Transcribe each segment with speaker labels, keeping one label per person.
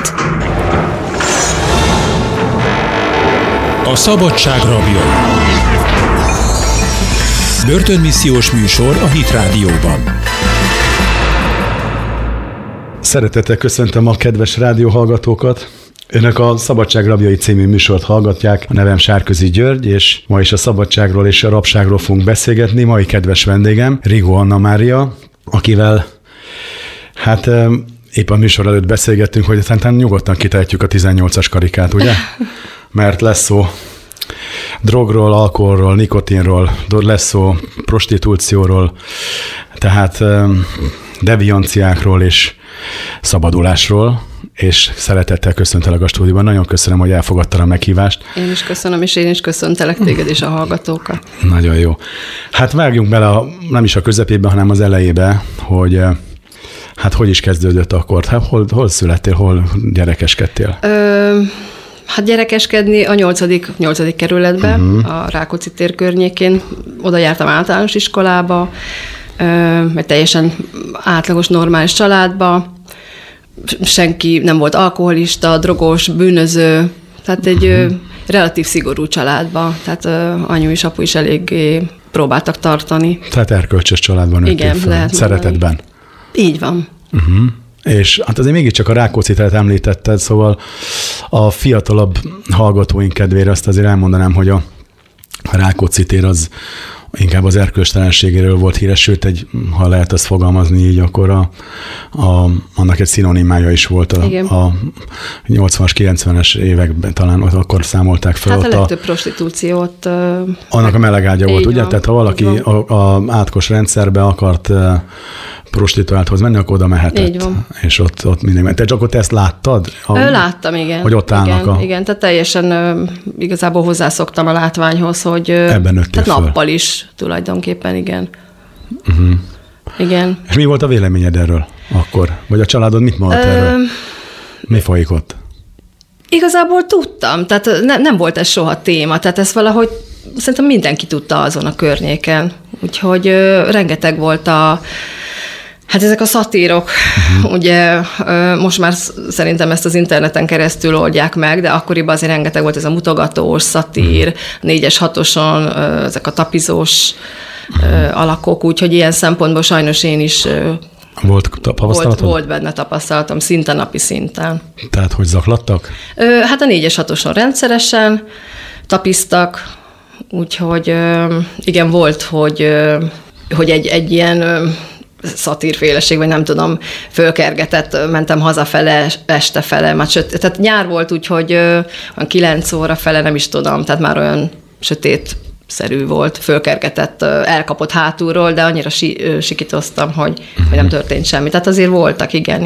Speaker 1: Hit. A szabadság rabja. Börtönmissziós műsor a Hit Rádióban.
Speaker 2: Szeretettel köszöntöm a kedves rádióhallgatókat. Önök a Szabadság rabjai című műsort hallgatják. A nevem Sárközi György, és ma is a szabadságról és a rabságról fogunk beszélgetni. Mai kedves vendégem Rigó Anna Mária, akivel épp a műsor előtt beszélgettünk, hogy aztán nyugodtan kitehetjük a 18-as karikát, ugye? Mert lesz szó drogról, alkoholról, nikotinról, lesz szó prostitúcióról, tehát devianciákról és szabadulásról, és szeretettel köszöntelek a stúdióban. Nagyon köszönöm, hogy elfogadtad a meghívást.
Speaker 3: Én is köszönöm, és én is köszöntelek téged és a hallgatókat.
Speaker 2: Nagyon jó. Hát vágjunk bele nem is a közepébe, hanem az elejébe, hogy hogy is kezdődött akkor? Hol születtél, hol gyerekeskedtél?
Speaker 3: Gyerekeskedni a 8. kerületbe, a Rákóczi tér környékén. Oda jártam általános iskolába, egy teljesen átlagos, normális családba. Senki nem volt alkoholista, drogos, bűnöző, tehát egy relatív szigorú családba. Tehát anyu és apu is eléggé próbáltak tartani.
Speaker 2: Tehát erkölcsös családban nőttél fel, szeretetben.
Speaker 3: Így van.
Speaker 2: És hát azért mégiscsak a Rákóczi teret említetted, szóval a fiatalabb hallgatóink kedvére azt azért elmondanám, hogy a Rákóczi tér az inkább az erkölcstelenségéről volt híres, sőt, ha lehet azt fogalmazni így, akkor annak egy szinonimája is volt a 80-as, 90-es években, talán akkor számolták fel.
Speaker 3: Hát a legtöbb prostitúciót.
Speaker 2: Annak a melegágya volt, ugye? Tehát ha valaki a átkos rendszerbe akart prostituálthoz menni, akkor oda mehetett.
Speaker 3: Így van.
Speaker 2: És ott mindig. Te csak ott ezt láttad?
Speaker 3: Láttam, igen.
Speaker 2: Hogy ott állnak
Speaker 3: igen, tehát teljesen igazából hozzászoktam a látványhoz, hogy
Speaker 2: ebben nőttél
Speaker 3: tehát
Speaker 2: föl.
Speaker 3: nappal is tulajdonképpen, igen. Igen.
Speaker 2: És mi volt a véleményed erről akkor? Vagy a családod mit mondott erről? Mi folyik ott?
Speaker 3: Igazából tudtam, tehát nem volt ez soha téma, tehát ez valahogy szerintem mindenki tudta azon a környéken. Úgyhogy rengeteg volt ezek a szatírok, ugye most már szerintem ezt az interneten keresztül oldják meg, de akkoriban azért rengeteg volt ez a mutogatós szatír, 4-es, 6-oson, ezek a tapizós alakok, úgyhogy ilyen szempontból sajnos én is volt benne tapasztalatom, szinte napi szinten.
Speaker 2: Tehát, hogy zaklattak?
Speaker 3: Hát a 4-es, 6-oson rendszeresen tapiztak, úgyhogy igen, volt, hogy egy ilyen szatírféleség, vagy nem tudom, fölkergetett, mentem hazafele, este fele, tehát nyár volt, úgyhogy 9 óra fele, nem is tudom, tehát már olyan sötétszerű volt, fölkergetett, elkapott hátulról, de annyira sikítoztam, hogy nem történt semmi. Tehát azért voltak, igen,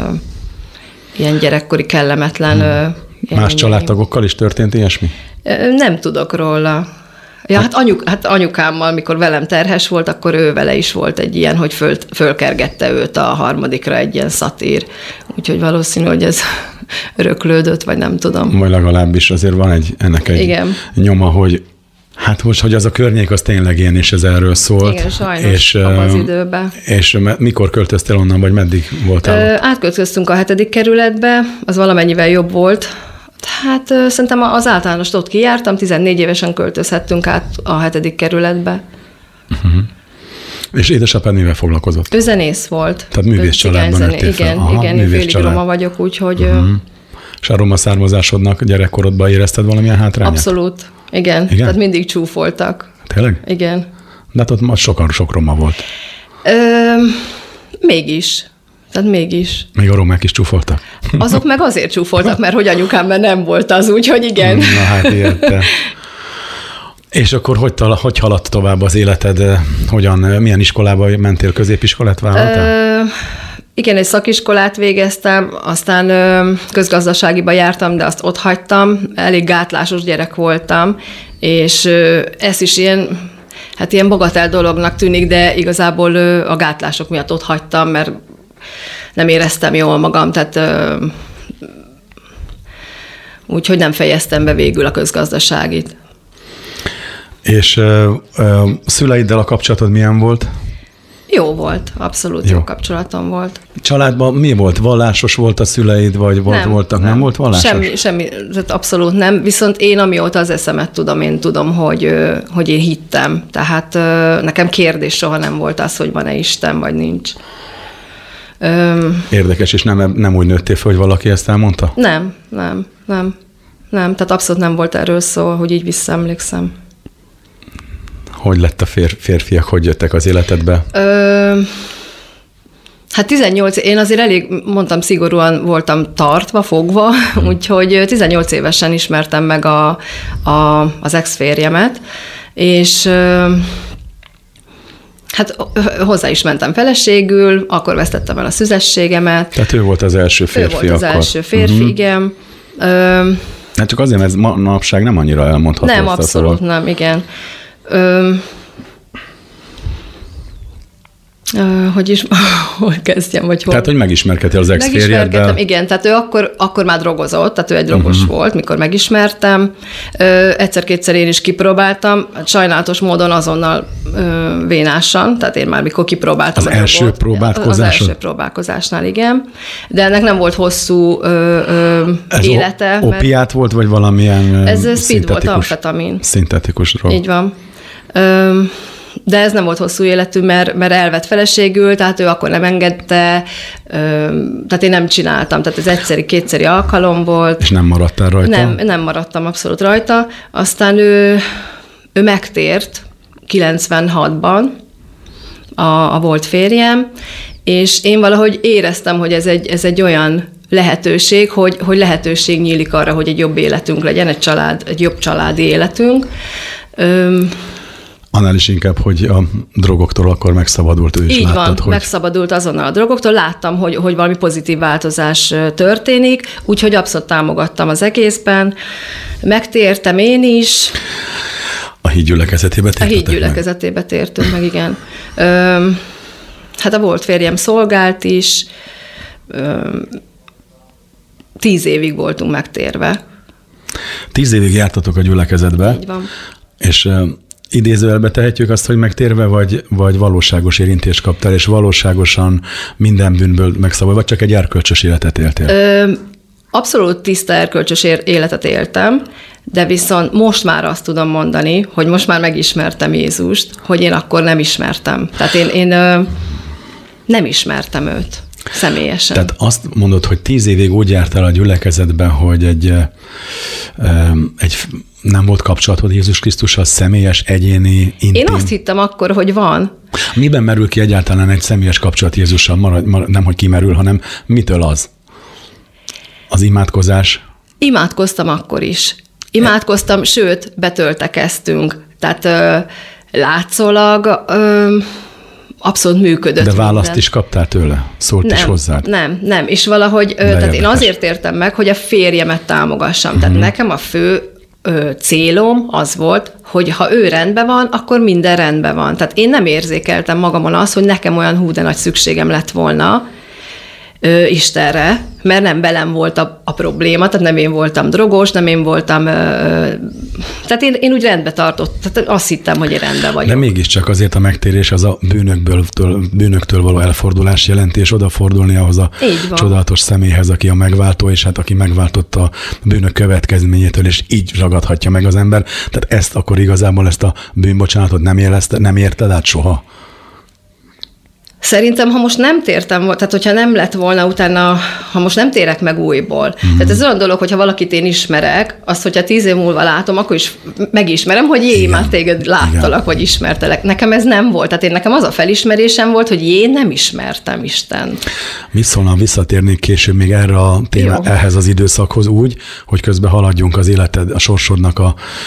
Speaker 3: ilyen gyerekkori kellemetlen.
Speaker 2: Más családtagokkal is történt ilyesmi?
Speaker 3: Nem tudok róla. Ja, hát anyukámmal, mikor velem terhes volt, akkor ő vele is volt egy ilyen, hogy fölkergette őt a harmadikra egy ilyen szatír. Úgyhogy valószínű, hogy ez öröklődött, vagy nem tudom.
Speaker 2: Vagy legalábbis azért van ennek egy nyoma, hogy most, hogy az a környék az tényleg ilyen, és ez erről szólt.
Speaker 3: Igen, sajnos, abban az időben.
Speaker 2: És mikor költöztél onnan, vagy meddig voltál ott?
Speaker 3: Átköltöztünk a 7. kerületbe, az valamennyivel jobb volt. Hát szerintem az általánost ott kijártam, 14 évesen költözhettünk át a 7. kerületbe.
Speaker 2: És édesapád mivel foglalkozott?
Speaker 3: Ő zenész volt.
Speaker 2: Tehát művész családban nőttél fel.
Speaker 3: Igen, én félig roma vagyok, úgyhogy...
Speaker 2: És a roma származásodnak gyerekkorodban érezted valamilyen hátrányát?
Speaker 3: Abszolút, igen. Tehát mindig csúfoltak.
Speaker 2: Tényleg?
Speaker 3: Igen.
Speaker 2: De hát ott sok roma volt.
Speaker 3: Mégis. Tehát mégis.
Speaker 2: Még a romák is csúfoltak?
Speaker 3: Azok meg azért csúfoltak, mert hogy anyukámban nem volt az, úgyhogy igen.
Speaker 2: Na hát érte. És akkor hogy haladt tovább az életed? Milyen iskolába mentél? Középiskolát vállaltál?
Speaker 3: Igen, egy szakiskolát végeztem, aztán közgazdaságiba jártam, de azt ott hagytam. Elég gátlásos gyerek voltam, és ez is ilyen bagatel dolognak tűnik, de igazából a gátlások miatt ott hagytam, mert nem éreztem jól magam, tehát úgyhogy nem fejeztem be végül a közgazdaságit.
Speaker 2: És szüleiddel a kapcsolatod milyen volt?
Speaker 3: Jó volt, abszolút jó kapcsolatom volt.
Speaker 2: Családban mi volt? Vallásos volt a szüleid, vagy voltak? Nem volt vallásos?
Speaker 3: Semmi, abszolút nem. Viszont én, amióta az eszemet tudom, én tudom, hogy én hittem. Tehát nekem kérdés soha nem volt az, hogy van-e Isten, vagy nincs.
Speaker 2: Érdekes, és nem úgy nőttél fel, hogy valaki ezt elmondta?
Speaker 3: Nem. Tehát abszolút nem volt erről szó, hogy így visszaemlékszem.
Speaker 2: Hogy lett a férfiak, hogy jöttek az életedbe?
Speaker 3: Hát 18, én azért elég, mondtam, szigorúan voltam tartva, fogva, úgyhogy 18 évesen ismertem meg az ex-férjemet, és hát hozzá is mentem feleségül, akkor vesztettem el a szüzességemet.
Speaker 2: Tehát ő volt az első férfi akkor.
Speaker 3: Ő volt az első férfi, igen.
Speaker 2: Hát csak azért, mert ez manapság nem annyira elmondható.
Speaker 3: Nem, abszolút nem, igen. Hol kezdjem, vagy hol?
Speaker 2: Tehát, hogy megismerkedtél az ex-férjeddel.
Speaker 3: Megismerkedtem, igen, tehát ő akkor már drogozott, tehát ő egy drogos volt, mikor megismertem. Egyszer-kétszer én is kipróbáltam, sajnálatos módon azonnal vénásan, tehát én már mikor kipróbáltam
Speaker 2: az első próbálkozásod?
Speaker 3: Az első próbálkozásnál, igen. De ennek nem volt hosszú élete.
Speaker 2: Opiát volt, vagy valamilyen
Speaker 3: ez speed volt, amfetamin.
Speaker 2: Szintetikus drog.
Speaker 3: Így van. De ez nem volt hosszú életű, mert elvett feleségül, tehát ő akkor nem engedte, tehát én nem csináltam, tehát ez egyszeri-kétszeri alkalom volt.
Speaker 2: És nem maradtál rajta?
Speaker 3: Nem maradtam abszolút rajta. Aztán ő megtért 96-ban, a volt férjem, és én valahogy éreztem, hogy ez egy olyan lehetőség, hogy lehetőség nyílik arra, hogy egy jobb életünk legyen, egy jobb családi életünk.
Speaker 2: Annál is inkább, hogy a drogoktól akkor megszabadult, ő is
Speaker 3: így
Speaker 2: láttad,
Speaker 3: van,
Speaker 2: hogy...
Speaker 3: megszabadult azonnal a drogoktól, láttam, hogy valami pozitív változás történik, úgyhogy abszolút támogattam az egészben, megtértem én is.
Speaker 2: A híd gyülekezetébe tértetek
Speaker 3: meg? A híd gyülekezetébe tértünk meg, igen. Hát a volt férjem szolgált is, 10 évig voltunk megtérve.
Speaker 2: 10 évig jártatok a gyülekezetbe.
Speaker 3: Így van.
Speaker 2: És idézőjelbe tehetjük azt, hogy megtérve, vagy valóságos érintést kaptál, és valóságosan minden bűnből megszabadul, vagy csak egy erkölcsös életet éltél?
Speaker 3: Abszolút tiszta erkölcsös életet éltem, de viszont most már azt tudom mondani, hogy most már megismertem Jézust, hogy én akkor nem ismertem. Tehát én nem ismertem őt személyesen.
Speaker 2: Tehát azt mondod, hogy 10 évig úgy jártál a gyülekezetben, hogy egy nem volt kapcsolatod Jézus Krisztussal, személyes, egyéni, intim.
Speaker 3: Én azt hittem akkor, hogy van.
Speaker 2: Miben merül ki egyáltalán egy személyes kapcsolat Jézussal? Nem, hogy kimerül, hanem mitől az? Az imádkozás?
Speaker 3: Imádkoztam akkor is. Imádkoztam, sőt, betöltekeztünk. Tehát látszólag abszolút működött.
Speaker 2: De választ is kaptál tőle? Szólt is hozzád?
Speaker 3: Nem. És valahogy, tehát én azért értem meg, hogy a férjemet támogassam. Tehát nekem a fő célom az volt, hogy ha ő rendben van, akkor minden rendben van. Tehát én nem érzékeltem magamon azt, hogy nekem olyan de nagy szükségem lett volna Istenre, mert nem velem volt a probléma, tehát nem én voltam drogos, nem én voltam, tehát én úgy rendbe tartott, tehát azt hittem, hogy én rendben vagyok.
Speaker 2: De mégiscsak azért a megtérés az a bűnöktől való elfordulás jelenti, és odafordulni ahhoz a csodálatos személyhez, aki a megváltó, és hát aki megváltotta a bűnök következményétől, és így ragadhatja meg az ember. Tehát ezt akkor igazából ezt a bűnbocsánatot nem érted át soha?
Speaker 3: Szerintem, ha most nem tértem, tehát hogyha nem lett volna utána, ha most nem térek meg újból. Tehát ez olyan dolog, hogyha valakit én ismerek, azt, hogyha 10 év múlva látom, akkor is megismerem, hogy én már téged láttalak, vagy ismertelek. Nekem ez nem volt. Tehát nekem az a felismerésem volt, hogy én nem ismertem Istent.
Speaker 2: Mit szólna, visszatérnék később még erre a ehhez az időszakhoz úgy, hogy közben haladjunk az életed, a sorsodnak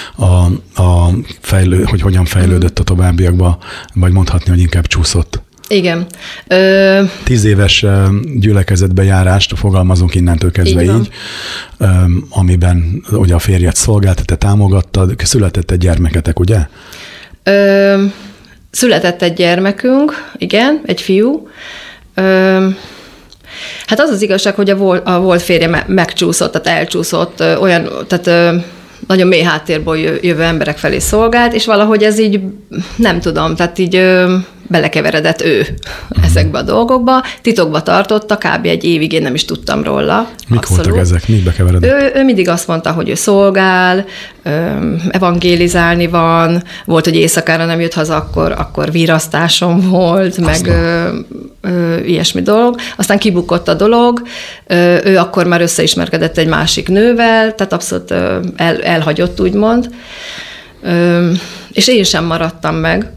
Speaker 2: hogy hogyan fejlődött a továbbiakba, vagy mondhatni, hogy inkább csúszott.
Speaker 3: Igen.
Speaker 2: 10 éves gyülekezetbe járást fogalmazunk innentől kezdve így amiben ugye a férjed szolgált, te támogattad, született egy gyermeketek, ugye?
Speaker 3: Született egy gyermekünk, igen, egy fiú. Hát az az igazság, hogy a volt férje megcsúszott, tehát elcsúszott, tehát nagyon mély háttérből jövő emberek felé szolgált, és valahogy ez így, nem tudom, tehát így belekeveredett ő ezekbe a dolgokba. Titokba tartotta, kb. Egy évig én nem is tudtam róla.
Speaker 2: Mik voltak ezek? Mikbe keveredett?
Speaker 3: Ő mindig azt mondta, hogy ő szolgál, evangélizálni van, volt, hogy éjszakára nem jött haza, akkor virasztásom volt, meg ilyesmi dolog. Aztán kibukott a dolog, ő akkor már összeismerkedett egy másik nővel, tehát abszolút elhagyott, úgymond. És én sem maradtam meg.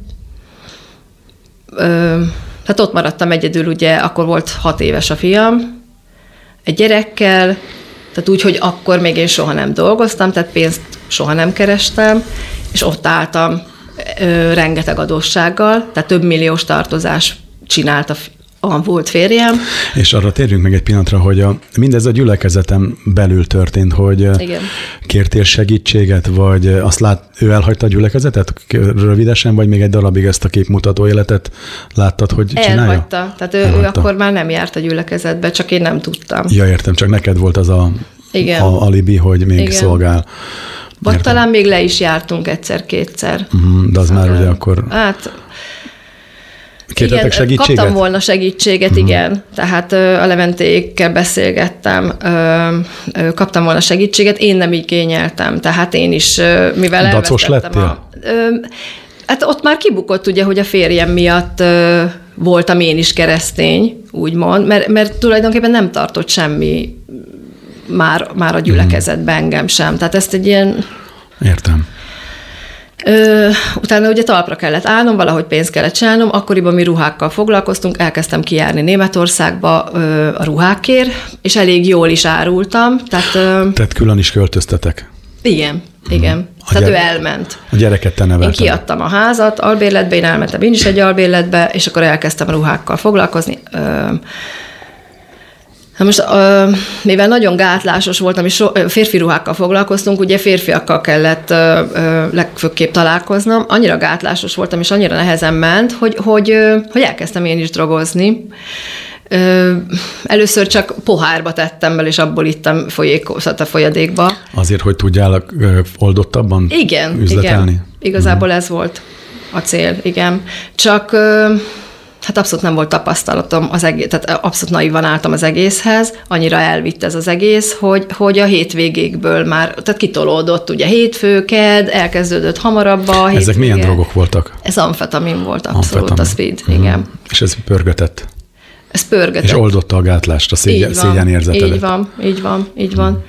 Speaker 3: Tehát ott maradtam egyedül, ugye, akkor volt 6 éves a fiam, egy gyerekkel, tehát úgy, hogy akkor még én soha nem dolgoztam, tehát pénzt soha nem kerestem, és ott álltam rengeteg adóssággal, tehát több milliós tartozás csinált a volt férjem.
Speaker 2: És arra térjünk meg egy pillanatra, hogy mindez a gyülekezetem belül történt, hogy igen. Kértél segítséget, vagy ő elhagyta a gyülekezetet rövidesen, vagy még egy darabig ezt a képmutató életet láttad, hogy csinálja?
Speaker 3: Elhagyta. Tehát ő akkor már nem járt a gyülekezetbe, csak én nem tudtam.
Speaker 2: Ja, értem, csak neked volt az a alibi, hogy még igen. szolgál.
Speaker 3: Vagy értem. Talán még le is jártunk egyszer-kétszer.
Speaker 2: De az már ugye akkor...
Speaker 3: Hát...
Speaker 2: Kértetek segítséget?
Speaker 3: Kaptam volna segítséget, igen. Tehát a Leventékkel beszélgettem, kaptam volna segítséget, én nem igényeltem. Tehát én is, mivel
Speaker 2: Dacos lettél?
Speaker 3: Hát ott már kibukott ugye, hogy a férjem miatt voltam én is keresztény, úgymond, mert tulajdonképpen nem tartott semmi már a gyülekezetben engem sem. Tehát ezt egy ilyen...
Speaker 2: Értem.
Speaker 3: Utána ugye talpra kellett állnom, valahogy pénzt kellett csinálnom, akkoriban mi ruhákkal foglalkoztunk, elkezdtem kijárni Németországba a ruhákért, és elég jól is árultam. Tehát
Speaker 2: külön is költöztetek?
Speaker 3: Igen. Tehát ő elment.
Speaker 2: A gyereket te nevelted.
Speaker 3: Én kiadtam a házat albérletbe, én elmentem én is egy albérletbe, és akkor elkezdtem a ruhákkal foglalkozni. Na most, mivel nagyon gátlásos voltam, és férfi ruhákkal foglalkoztunk, ugye férfiakkal kellett legfőképp találkoznom, annyira gátlásos voltam, és annyira nehezen ment, hogy elkezdtem én is drogozni. Először csak pohárba tettem bele, és abból ittam a folyadékba.
Speaker 2: Azért, hogy tudjál oldottabban üzletelni?
Speaker 3: Igen. Igazából ez volt a cél, igen. Csak... Hát abszolút nem volt tapasztalatom az egész, tehát abszolút naivan álltam az egészhez, annyira elvitt ez az egész, hogy a hétvégékből már, tehát kitolódott, ugye hétfő, kedd, elkezdődött hamarabb a hétvége.
Speaker 2: Ezek milyen drogok voltak?
Speaker 3: Ez amfetamin volt abszolút, a speed, igen. És
Speaker 2: ez pörgetett?
Speaker 3: Ez pörgetett.
Speaker 2: És oldotta a gátlást, a szégyenérzetedet.
Speaker 3: Így van.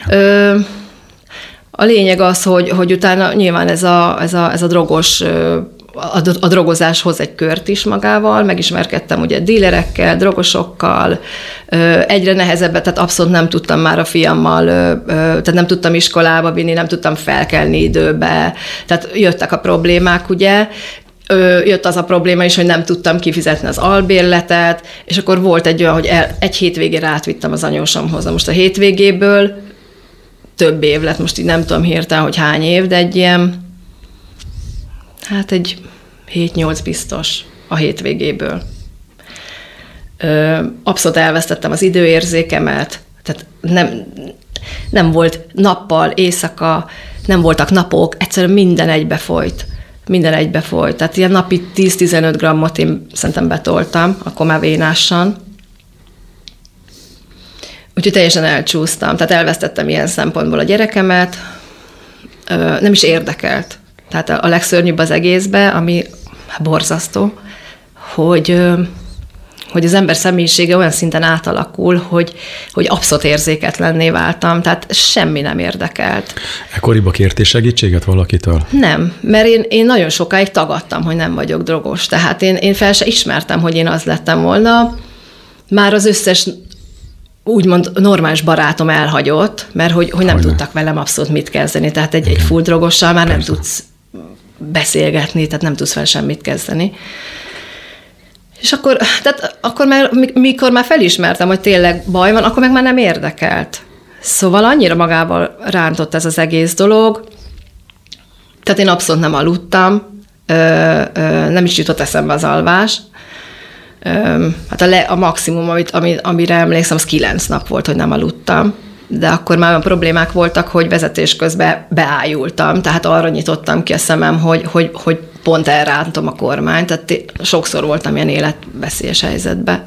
Speaker 3: A lényeg az, hogy utána nyilván ez a drogos a drogozás hoz egy kört is magával, megismerkedtem ugye dílerekkel, drogosokkal, egyre nehezebbet, tehát abszolút nem tudtam már a fiammal, tehát nem tudtam iskolába vinni, nem tudtam felkelni időbe, tehát jöttek a problémák, ugye, jött az a probléma is, hogy nem tudtam kifizetni az albérletet, és akkor volt egy olyan, hogy egy hétvégére átvittem az anyósomhoz. Na most a hétvégéből több év lett, most így nem tudom hirtelen, hogy hány év, de egy ilyen, hát egy 7-8 biztos a hétvégéből. Abszolút elvesztettem az időérzékemet, tehát nem volt nappal, éjszaka, nem voltak napok, egyszerűen minden egybefolyt. Tehát ilyen napi 10-15 grammot én szerintem betoltam, akkor már vénásan. Úgyhogy teljesen elcsúsztam, tehát elvesztettem ilyen szempontból a gyerekemet, nem is érdekelt. Tehát a legszörnyűbb az egészben, ami borzasztó, hogy az ember személyisége olyan szinten átalakul, hogy abszolút érzéketlenné váltam, tehát semmi nem érdekelt.
Speaker 2: Ekkoriban kértél segítséget valakitől?
Speaker 3: Nem, mert én nagyon sokáig tagadtam, hogy nem vagyok drogos. Tehát én fel se ismertem, hogy én az lettem volna. Már az összes úgymond normális barátom elhagyott, mert hogy nem tudtak velem abszolút mit kezdeni. Tehát egy full drogossal már nem tudsz beszélgetni, tehát nem tudsz vele semmit kezdeni. És akkor már, mikor már felismertem, hogy tényleg baj van, akkor meg már nem érdekelt. Szóval annyira magával rántott ez az egész dolog, tehát én abszolút nem aludtam, nem is jutott eszembe az alvás. Hát a maximum, amire emlékszem, az 9 nap volt, hogy nem aludtam. de akkor már olyan problémák voltak, hogy vezetés közben beájultam, tehát arra nyitottam ki a szemem, hogy pont elrántom a kormányt, tehát sokszor voltam ilyen életveszélyes helyzetben.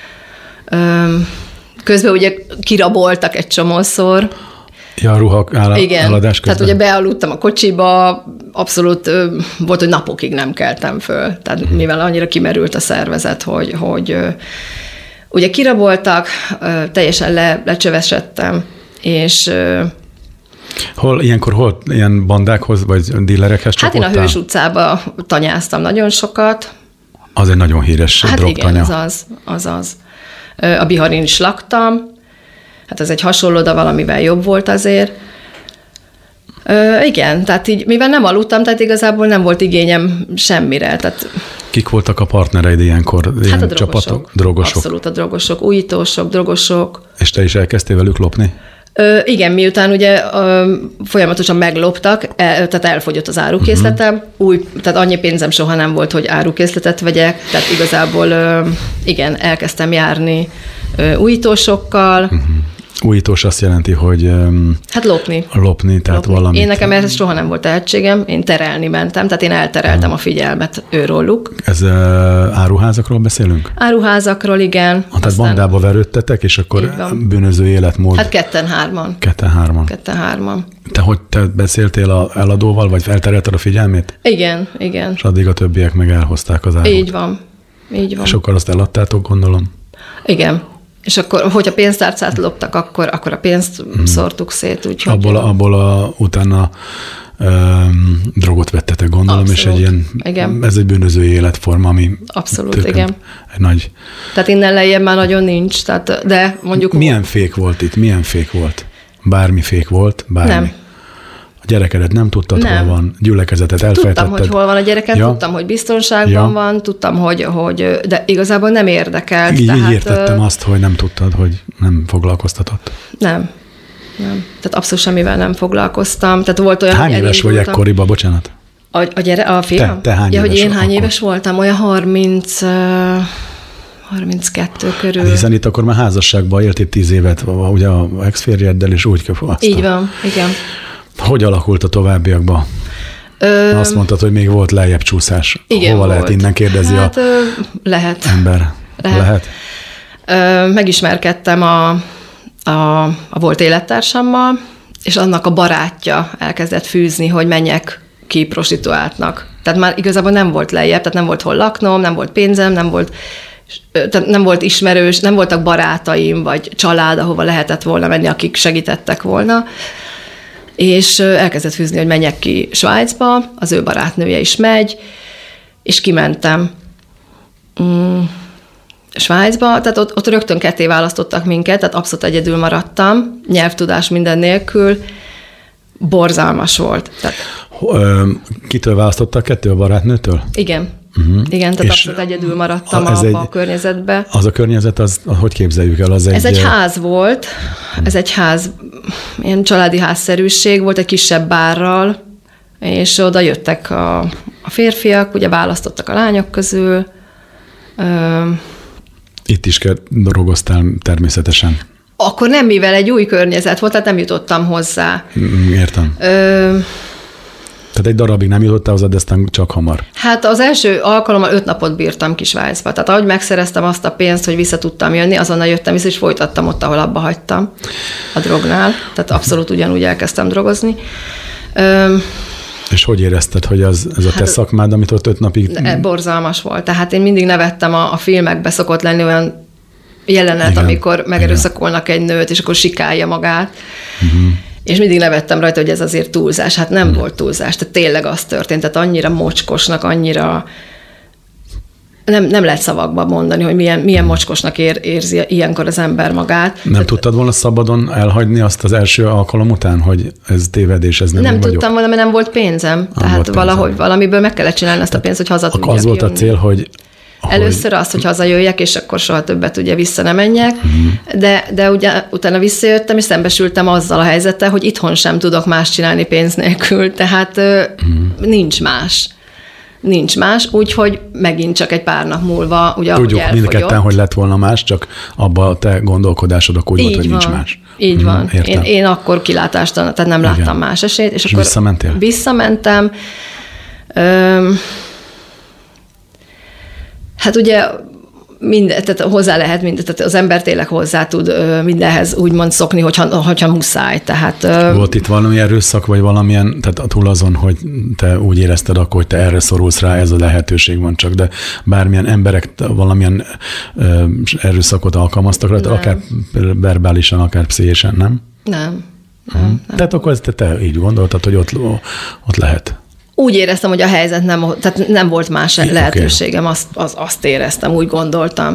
Speaker 3: Közben ugye kiraboltak egy csomószor.
Speaker 2: Ja, a ruhak eladás közben.
Speaker 3: Tehát ugye bealudtam a kocsiba, abszolút volt, hogy napokig nem keltem föl. Tehát mivel annyira kimerült a szervezet, hogy ugye kiraboltak, teljesen lecsövesedtem, és...
Speaker 2: Hol ilyen bandákhoz, vagy dílerekhez csapodtál?
Speaker 3: Hát én a Hős utcába tanyáztam nagyon sokat.
Speaker 2: Az egy nagyon híres drogtanya.
Speaker 3: Igen, az. A Biharin is laktam. Hát ez egy hasonló, de valamivel jobb volt azért. Igen, tehát így, mivel nem aludtam, tehát igazából nem volt igényem semmire. Tehát...
Speaker 2: Kik voltak a partnereid ilyenkor? Ilyen
Speaker 3: hát a
Speaker 2: csapatok? Drogosok.
Speaker 3: Abszolút a drogosok, újítósok, drogosok.
Speaker 2: És te is elkezdtél velük lopni?
Speaker 3: Igen, miután ugye folyamatosan megloptak, tehát elfogyott az árukészletem, tehát annyi pénzem soha nem volt, hogy árukészletet vegyek, tehát igazából igen, elkezdtem járni újítósokkal.
Speaker 2: Újítós azt jelenti, hogy...
Speaker 3: Hát lopni.
Speaker 2: Tehát valamit.
Speaker 3: Én nekem ez soha nem volt tehetségem, én terelni mentem, tehát én eltereltem a figyelmet őróluk.
Speaker 2: Ez áruházakról beszélünk?
Speaker 3: Áruházakról, igen.
Speaker 2: Tehát bandába verődtetek, és akkor bűnöző életmód.
Speaker 3: Hát ketten-hárman.
Speaker 2: Ketten-hárman. Te beszéltél a eladóval, vagy felterelted a figyelmét?
Speaker 3: Igen.
Speaker 2: És addig a többiek meg elhozták az árut.
Speaker 3: Így van.
Speaker 2: És akkor azt eladtátok, gondolom?
Speaker 3: Igen. És akkor, hogyha pénztárcát loptak, akkor a pénzt szórtuk szét. Úgyhogy
Speaker 2: abból utána drogot vettetek, gondolom, abszolút. És egy ilyen,
Speaker 3: igen.
Speaker 2: Ez egy bűnözői életforma, ami
Speaker 3: abszolút, igen.
Speaker 2: Egy nagy...
Speaker 3: Tehát innen lejjebb már nagyon nincs, tehát, de mondjuk...
Speaker 2: Milyen fék volt itt? Milyen fék volt? Bármi fék volt? Bármi? Nem. A gyerekedet nem tudtad, hol van, gyülekezetet elfejtetted.
Speaker 3: Tudtam, hogy hol van a gyereket, tudtam, hogy biztonságban van, tudtam, hogy de igazából nem érdekelt.
Speaker 2: Így értettem azt, hogy nem tudtad, hogy nem foglalkoztatott.
Speaker 3: Nem. Tehát abszolút semmivel nem foglalkoztam. Tehát volt olyan,
Speaker 2: hány éves vagy ekkoriban, bocsánat?
Speaker 3: A fiam?
Speaker 2: Te hány éves?
Speaker 3: Hogy én hány
Speaker 2: akkor?
Speaker 3: Éves voltam? Olyan 32 körül.
Speaker 2: Hát hiszen itt akkor már házasságban éltél 10 évet, ugye a ex-férjeddel, és úgy köpöztem.
Speaker 3: Így van, igen.
Speaker 2: Hogy alakult a továbbiakban? Azt mondtad, hogy még volt lejjebb csúszás.
Speaker 3: Igen,
Speaker 2: hova
Speaker 3: volt.
Speaker 2: lehet innen, kérdezi
Speaker 3: lehet.
Speaker 2: Ember. Lehet?
Speaker 3: Megismerkedtem a volt élettársammal, és annak a barátja elkezdett fűzni, hogy menjek ki prostituáltnak. Tehát már igazából nem volt lejjebb, tehát nem volt hol laknom, nem volt pénzem, nem volt ismerős, nem voltak barátaim, vagy család, ahova lehetett volna menni, akik segítettek volna. És elkezdett fűzni, hogy menjek ki Svájcba, az ő barátnője is megy, és kimentem Svájcba, tehát ott rögtön ketté választottak minket, tehát abszolút egyedül maradtam, nyelvtudás minden nélkül, borzalmas volt. Tehát...
Speaker 2: Kitől választottak, ketté a barátnőtől?
Speaker 3: Igen. Igen, tehát abszolút egyedül maradtam a környezetbe.
Speaker 2: Az a környezet, hogy képzeljük el?
Speaker 3: Ez egy ház volt, ilyen családi házszerűség, volt egy kisebb bárral, és oda jöttek a férfiak, ugye választottak a lányok közül.
Speaker 2: Itt is drogoztál természetesen.
Speaker 3: Akkor nem, mivel egy új környezet volt, tehát nem jutottam hozzá.
Speaker 2: Értem. Tehát egy darabig nem jutottál hozzá, de aztán csak hamar. Hát
Speaker 3: az első alkalommal 5 napot bírtam ki Svájcba. Tehát ahogy megszereztem azt a pénzt, hogy vissza tudtam jönni, azonnal jöttem vissza, és folytattam ott, ahol abba hagytam a drognál. Tehát abszolút ugyanúgy elkezdtem drogozni.
Speaker 2: És hogy érezted, hogy ez a te szakmád, amit ott 5 napig...
Speaker 3: Borzalmas volt. Tehát én mindig nevettem, a filmekbe szokott lenni olyan jelenet, igen, amikor megerőszakolnak egy nőt, és akkor sikálja magát. És mindig nevettem rajta, hogy ez azért túlzás. Hát nem volt túlzás, tehát tényleg az történt. Tehát annyira mocskosnak, annyira... Nem lehet szavakba mondani, hogy milyen mocskosnak érzi ilyenkor az ember magát.
Speaker 2: Nem tudtad volna szabadon elhagyni azt az első alkalom után, hogy ez tévedés, ez nem vagyok?
Speaker 3: Tudtam volna, mert nem volt pénzem. Tehát valahogy valamiből meg kellett csinálni azt a pénzt, hogy haza tudjak
Speaker 2: az volt a cél, hogy...
Speaker 3: Először azt, hogy hazajöjjek, és akkor soha többet ugye vissza nem menjek, de ugye utána visszajöttem, és szembesültem azzal a helyzettel, hogy itthon sem tudok más csinálni pénz nélkül, tehát nincs más. nincs más, úgyhogy megint csak egy pár nap múlva, ugye
Speaker 2: tudjuk mindketten, hogy lett volna más, csak abban a te gondolkodásodok úgy volt, hogy nincs más.
Speaker 3: Így van. Én akkor kilátástalan, tehát nem láttam más esélyt. És akkor
Speaker 2: visszamentél?
Speaker 3: Visszamentem. Hát ugye tehát hozzá lehet tehát az ember tényleg hozzá tud mindenhez úgymond szokni, hogyha muszáj. Tehát,
Speaker 2: volt itt valami erőszak, vagy valamilyen, tehát túl azon, hogy te úgy érezted akkor, hogy te erre szorulsz rá, ez a lehetőség van csak, de bármilyen emberek valamilyen erőszakot alkalmaztak rá, akár verbálisan, akár pszichésen, nem?
Speaker 3: Nem.
Speaker 2: Tehát akkor te így gondoltad, hogy ott lehet.
Speaker 3: Úgy éreztem, hogy a helyzet tehát nem volt más lehetőségem, azt éreztem, úgy gondoltam.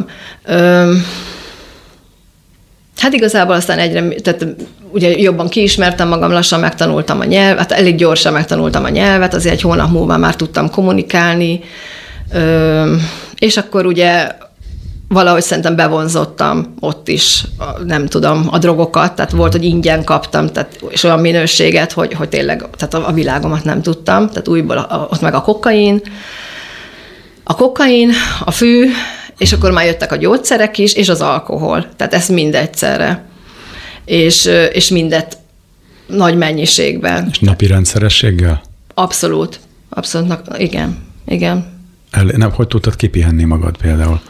Speaker 3: Hát igazából aztán tehát ugye jobban kiismertem magam, lassan megtanultam a nyelvet, hát elég gyorsan megtanultam a nyelvet, azért egy hónap múlva már tudtam kommunikálni, és akkor ugye valahogy szerintem bevonzottam ott is, nem tudom, a drogokat, tehát volt, hogy ingyen kaptam, tehát, és olyan minőséget, hogy tényleg tehát a világomat nem tudtam, tehát újból ott meg a kokain, a fű, és akkor már jöttek a gyógyszerek is, és az alkohol, tehát ez mind egyszerre, és mindet nagy mennyiségben. És
Speaker 2: napi rendszerességgel?
Speaker 3: Abszolút, igen.
Speaker 2: Hogy tudtad kipihenni magad például?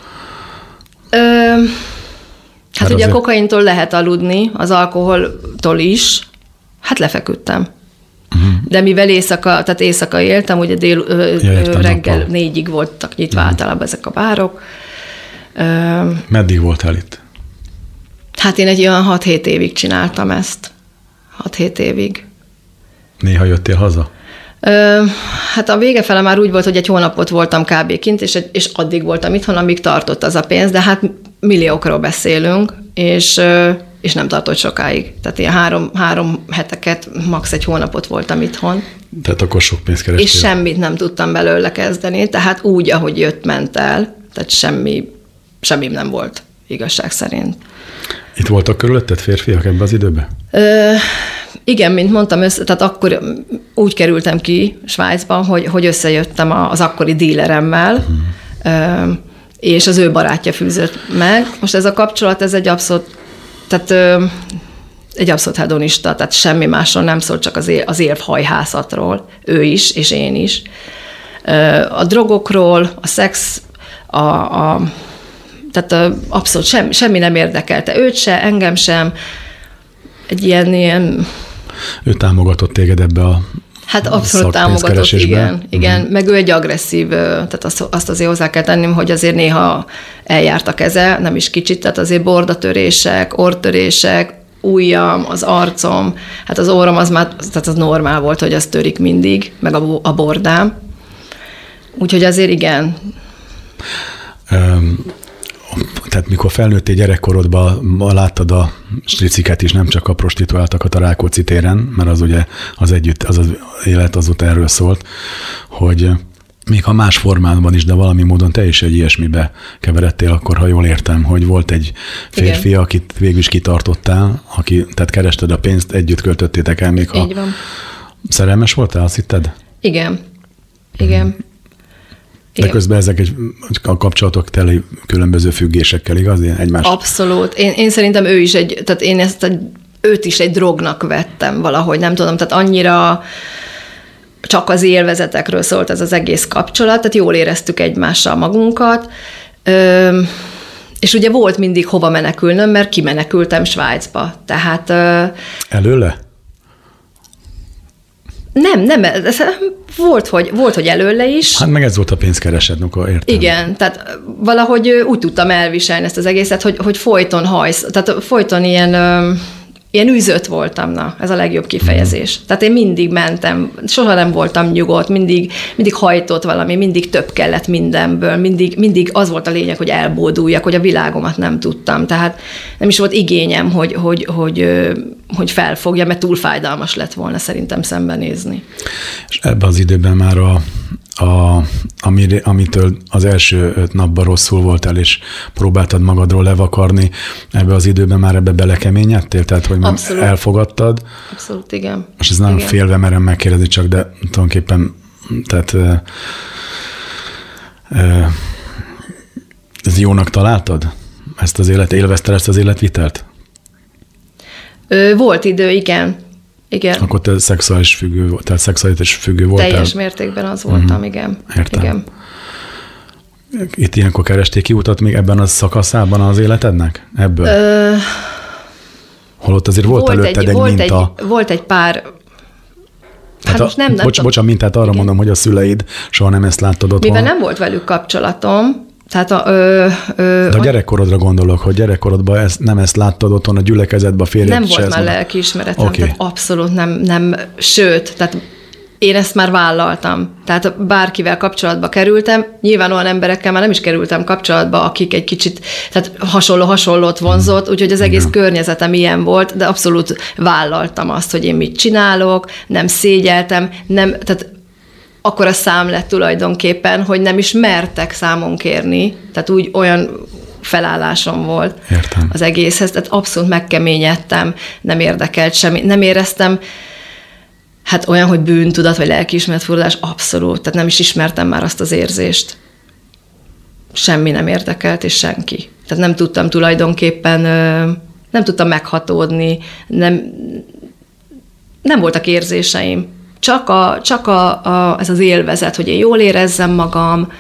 Speaker 3: Hát ugye a kokaintól lehet aludni, az alkoholtól is, hát lefeküdtem. De mivel éjszaka éltem, ugye reggel 4-ig voltak nyitva általában ezek a bárok.
Speaker 2: Meddig voltál itt?
Speaker 3: Hát én egy olyan 6-7 évig csináltam ezt. 6-7 évig.
Speaker 2: Néha jöttél haza?
Speaker 3: Hát a vége fele már úgy volt, hogy egy hónapot voltam kb. Kint, és addig voltam itthon, amíg tartott az a pénz, de hát milliókról beszélünk, és nem tartott sokáig. Tehát ilyen 3 heteket, max. egy hónapot voltam itthon.
Speaker 2: Tehát akkor sok pénzt kerestél.
Speaker 3: És semmit nem tudtam belőle kezdeni, tehát úgy, ahogy ment el, tehát semmi nem volt, igazság szerint.
Speaker 2: Itt voltak körülötted férfiak ebben az időben?
Speaker 3: Igen, mint mondtam, tehát akkor úgy kerültem ki Svájcban, hogy összejöttem az akkori díleremmel, és az ő barátja fűzött meg. Most ez a kapcsolat, ez egy abszolút hedonista, tehát semmi másról nem szól, csak az érvhajhászatról, ő is, és én is. A drogokról, a szex, tehát abszolút semmi nem érdekelte őt se, engem sem. Egy ilyen...
Speaker 2: Ő támogatott téged ebbe a
Speaker 3: Hát abszolút támogatott, igen. Meg ő egy agresszív, tehát azt azért hozzá kell tennem, hogy azért néha eljárt a keze, nem is kicsit, tehát azért bordatörések, orrtörések, ujjam, az arcom, hát az orrom az már, tehát az normál volt, hogy az törik mindig, meg a bordám. Úgyhogy azért igen.
Speaker 2: Tehát mikor felnőttél gyerekkorodban, láttad a striciket is, nem csak a prostituáltakat a Rákóczi téren, mert az ugye az élet azóta erről szólt, hogy még ha más formában is, de valami módon te is egy ilyesmibe keveredtél, akkor ha jól értem, hogy volt egy férfi, igen, akit végül is kitartottál, tehát kerested a pénzt, együtt költöttétek el, még ha így van. Szerelmes voltál, azt hitted? Igen. De közben ezek a kapcsolatok teli különböző függésekkel, igaz? Egymás.
Speaker 3: Abszolút. Én szerintem ő is tehát én őt is egy drognak vettem valahogy, nem tudom, tehát annyira csak az élvezetekről szólt ez az egész kapcsolat, tehát jól éreztük egymással magunkat, és ugye volt mindig hova menekülnöm, mert kimenekültem Svájcba, tehát...
Speaker 2: Előle?
Speaker 3: Nem, volt, hogy előle is.
Speaker 2: Hát meg ez volt a pénzkeresed, akkor értem.
Speaker 3: Igen, tehát valahogy úgy tudtam elviselni ezt az egészet, hogy folyton tehát folyton ilyen űzött voltam, ez a legjobb kifejezés. Tehát én mindig mentem, soha nem voltam nyugodt, mindig hajtott valami, mindig több kellett mindenből, mindig az volt a lényeg, hogy elbóduljak, hogy a világomat nem tudtam. Tehát nem is volt igényem, hogy felfogja, mert túl fájdalmas lett volna szerintem szembenézni. És
Speaker 2: ebben az időben már amitől az első 5 napban rosszul voltál, és próbáltad magadról levakarni, ebbe az időben már ebbe belekeményedtél? Tehát, hogy abszolút. Elfogadtad?
Speaker 3: Abszolút, igen.
Speaker 2: És ez nagyon félve merem megkérdezni, csak de tulajdonképpen, tehát Ez jónak találtad? Élvezted ezt az életvitelt?
Speaker 3: Volt idő, igen. Igen.
Speaker 2: Akkor te szexualitás függő voltál?
Speaker 3: Teljes mértékben az voltam, igen.
Speaker 2: Értem.
Speaker 3: Igen.
Speaker 2: Itt ilyenkor keresték ki utat még ebben a szakaszában az életednek? Ebből? Holott azért volt előtted egy minta.
Speaker 3: Volt egy pár... Hát most nem
Speaker 2: bocsánat, mintát arra mondom, hogy a szüleid soha nem ezt láttad otthon.
Speaker 3: Mivel nem volt velük kapcsolatom, tehát
Speaker 2: de a gyerekkorodra gondolok, hogy gyerekkorodban nem ezt láttad otthon a gyülekezetben, a férjed
Speaker 3: nem volt már lelkiismeretem,
Speaker 2: okay.
Speaker 3: Tehát abszolút nem, sőt, tehát én ezt már vállaltam. Tehát bárkivel kapcsolatba kerültem, nyilván olyan emberekkel már nem is kerültem kapcsolatba, akik egy kicsit, tehát hasonlót vonzott, úgyhogy az egész környezetem ilyen volt, de abszolút vállaltam azt, hogy én mit csinálok, nem szégyeltem, tehát akkor a szám lett tulajdonképpen, hogy nem is mertek számon kérni, tehát úgy olyan felállásom volt.
Speaker 2: Értem.
Speaker 3: Az egészhez, tehát abszolút megkeményedtem, nem érdekelt semmi, nem éreztem, hát olyan, hogy bűntudat, vagy lelkiismeretfurdalás, abszolút, tehát nem is ismertem már azt az érzést. Semmi nem érdekelt, és senki. Tehát nem tudtam tulajdonképpen, nem tudtam meghatódni, nem voltak érzéseim. Csak ez az élvezet, hogy én jól érezzem magam,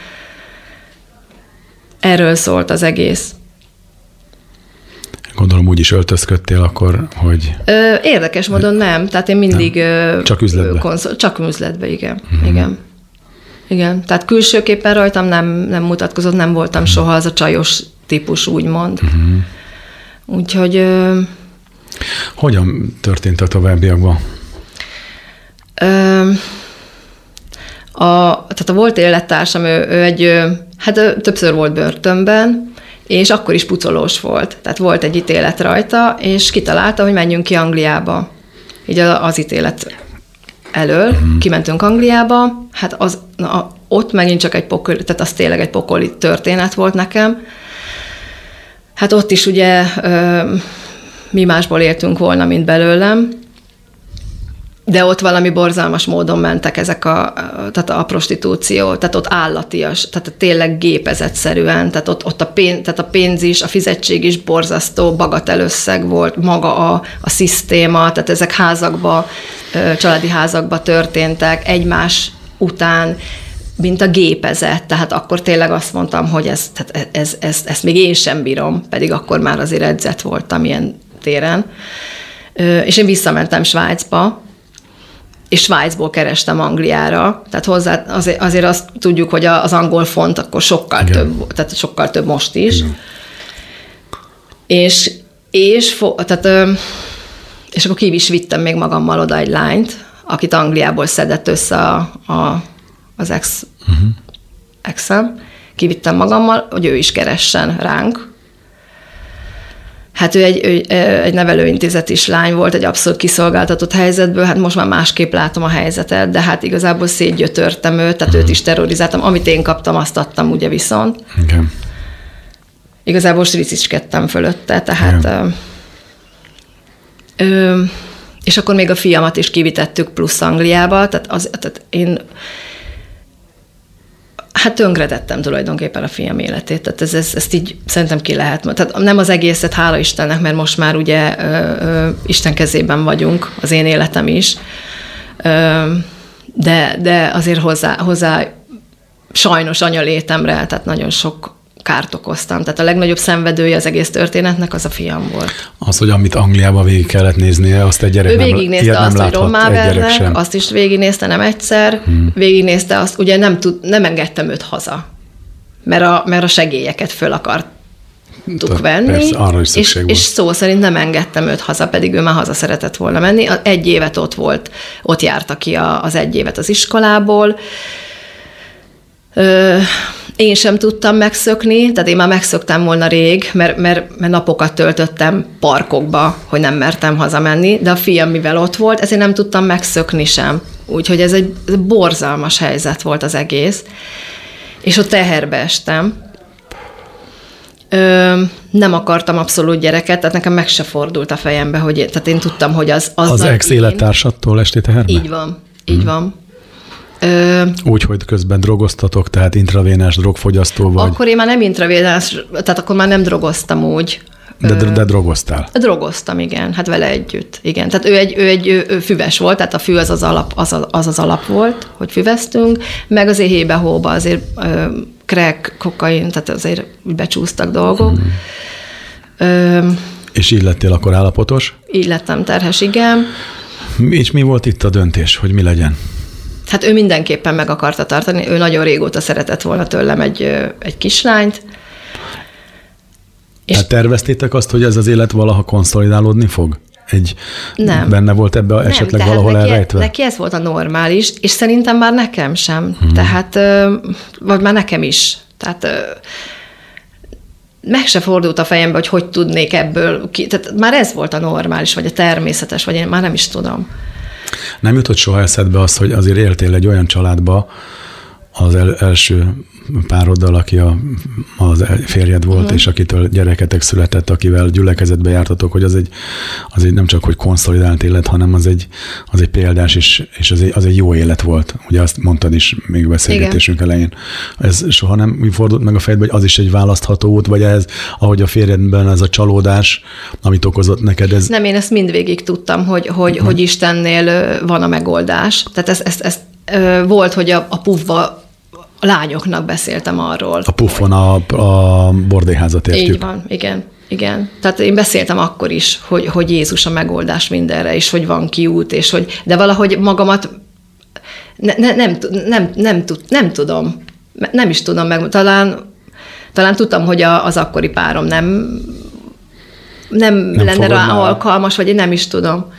Speaker 3: erről szólt az egész.
Speaker 2: Gondolom úgy is öltözködtél akkor, hogy...
Speaker 3: Érdekes módon nem, tehát én mindig...
Speaker 2: Csak üzletbe?
Speaker 3: Csak üzletbe, igen. Igen. Tehát külsőképpen rajtam nem mutatkozott, nem voltam soha az a csajos típus, úgymond. Úgyhogy...
Speaker 2: Hogyan történt a továbbiakban?
Speaker 3: Tehát a volt élettársam, ő többször volt börtönben, és akkor is pucolós volt. Tehát volt egy ítélet rajta, és kitalálta, hogy menjünk ki Angliába. Így az ítélet elől. Kimentünk Angliába, hát ott megint csak egy pokoli, tehát az tényleg egy pokoli történet volt nekem. Hát ott is ugye mi másból éltünk volna, mint belőlem, de ott valami borzalmas módon mentek tehát a prostitúció, tehát ott állatias, tehát tényleg gépezetszerűen, tehát ott a pénz is, a fizetség is borzasztó, bagatelösszeg volt, maga a szisztéma, tehát ezek családi házakba történtek egymás után, mint a gépezet, tehát akkor tényleg azt mondtam, hogy ezt még én sem bírom, pedig akkor már azért edzett voltam ilyen téren. És én visszamentem Svájcba, és Svájcból kerestem Angliára, tehát azért azt tudjuk, hogy az angol font akkor sokkal több, tehát sokkal több most is. És akkor ki is vittem még magammal oda egy lányt, akit Angliából szedett össze az ex-em. Kivittem magammal, hogy ő is keressen ránk. Hát ő egy nevelőintézetis lány volt, egy abszolút kiszolgáltatott helyzetből, hát most már másképp látom a helyzetet, de hát igazából szétgyötörtem őt, tehát őt is terrorizáltam. Amit én kaptam, azt adtam ugye viszont.
Speaker 2: Igen.
Speaker 3: Igazából striciskedtem fölötte, tehát... és akkor még a fiamat is kivitettük plusz Angliába, tehát én... Hát tönkretettem tulajdonképpen a fiam életét, tehát ezt így szerintem ki lehet. Tehát nem az egészet, hála Istennek, mert most már ugye Isten kezében vagyunk, az én életem is, de azért hozzá sajnos anyalétemre, tehát nagyon sok kárt okoztam. Tehát a legnagyobb szenvedője az egész történetnek az a fiam volt. Az, hogy amit Angliába végig kellett néznie, azt egy gyerek végignézte azt, hogy rommá vernek, azt is végignézte nem egyszer, végignézte azt, ugye nem engedtem őt haza, mert a segélyeket föl akartuk venni,
Speaker 2: persze,
Speaker 3: és szó szerint nem engedtem őt haza, pedig ő már haza szeretett volna menni. 1 évet ott járta ki az 1 évet az iskolából. Én sem tudtam megszökni, tehát én már megszöktem volna rég, mert napokat töltöttem parkokba, hogy nem mertem hazamenni, de a fiam mivel ott volt, ezért nem tudtam megszökni sem. Úgyhogy ez egy borzalmas helyzet volt az egész. És ott teherbe estem. Nem akartam abszolút gyereket, tehát nekem meg se fordult a fejembe, tehát én tudtam, hogy az
Speaker 2: ex élettársattól estél teherbe?
Speaker 3: Így van.
Speaker 2: Úgy, hogy közben drogoztatok, tehát intravénás drogfogyasztó vagy?
Speaker 3: Akkor én már nem intravénás, tehát akkor már nem drogoztam úgy.
Speaker 2: De drogoztál?
Speaker 3: Drogoztam, igen, hát vele együtt, igen. Tehát ő egy füves volt, tehát a fű az az alap volt, hogy füveztünk, meg azért hébe-hóba azért crack, kokain, tehát azért becsúsztak dolgok.
Speaker 2: És így lettél akkor állapotos?
Speaker 3: Így lettem terhes, igen.
Speaker 2: És mi volt itt a döntés, hogy mi legyen?
Speaker 3: Hát ő mindenképpen meg akarta tartani, ő nagyon régóta szeretett volna tőlem egy kislányt.
Speaker 2: Tehát terveztétek azt, hogy ez az élet valaha konszolidálódni fog? Nem. Benne volt ebbe esetleg valahol elrejtve?
Speaker 3: Neki ez volt a normális, és szerintem már nekem sem. Tehát, vagy már nekem is. Tehát meg se fordult a fejembe, hogy tudnék ebből tehát már ez volt a normális, vagy a természetes, vagy én már nem is tudom.
Speaker 2: Nem jutott soha eszedbe az, hogy azért éltél egy olyan családba az első pároddal, aki az férjed volt, és akitől gyereketek született, akivel gyülekezetbe jártatok, hogy az egy nem csak hogy konszolidált élet, hanem az egy példás, és az egy jó élet volt. Ugye azt mondtad is még beszélgetésünk elején. Ez soha nem fordult meg a fejedbe, hogy az is egy választható út, vagy ez, ahogy a férjedben ez a csalódás, amit okozott neked ez?
Speaker 3: Nem, én ezt mindvégig tudtam, hogy Istennél van a megoldás. Tehát ez volt, hogy a puffba a lányoknak beszéltem arról. A
Speaker 2: puffon a bordélyházat értjük.
Speaker 3: Így van, igen. Tehát én beszéltem akkor is, hogy Jézus a megoldás mindenre, és hogy van kiút, és hogy, de valahogy magamat nem tudom. Nem is tudom meg. Talán tudtam, hogy az akkori párom nem lenne rá alkalmas, vagy én nem is tudom.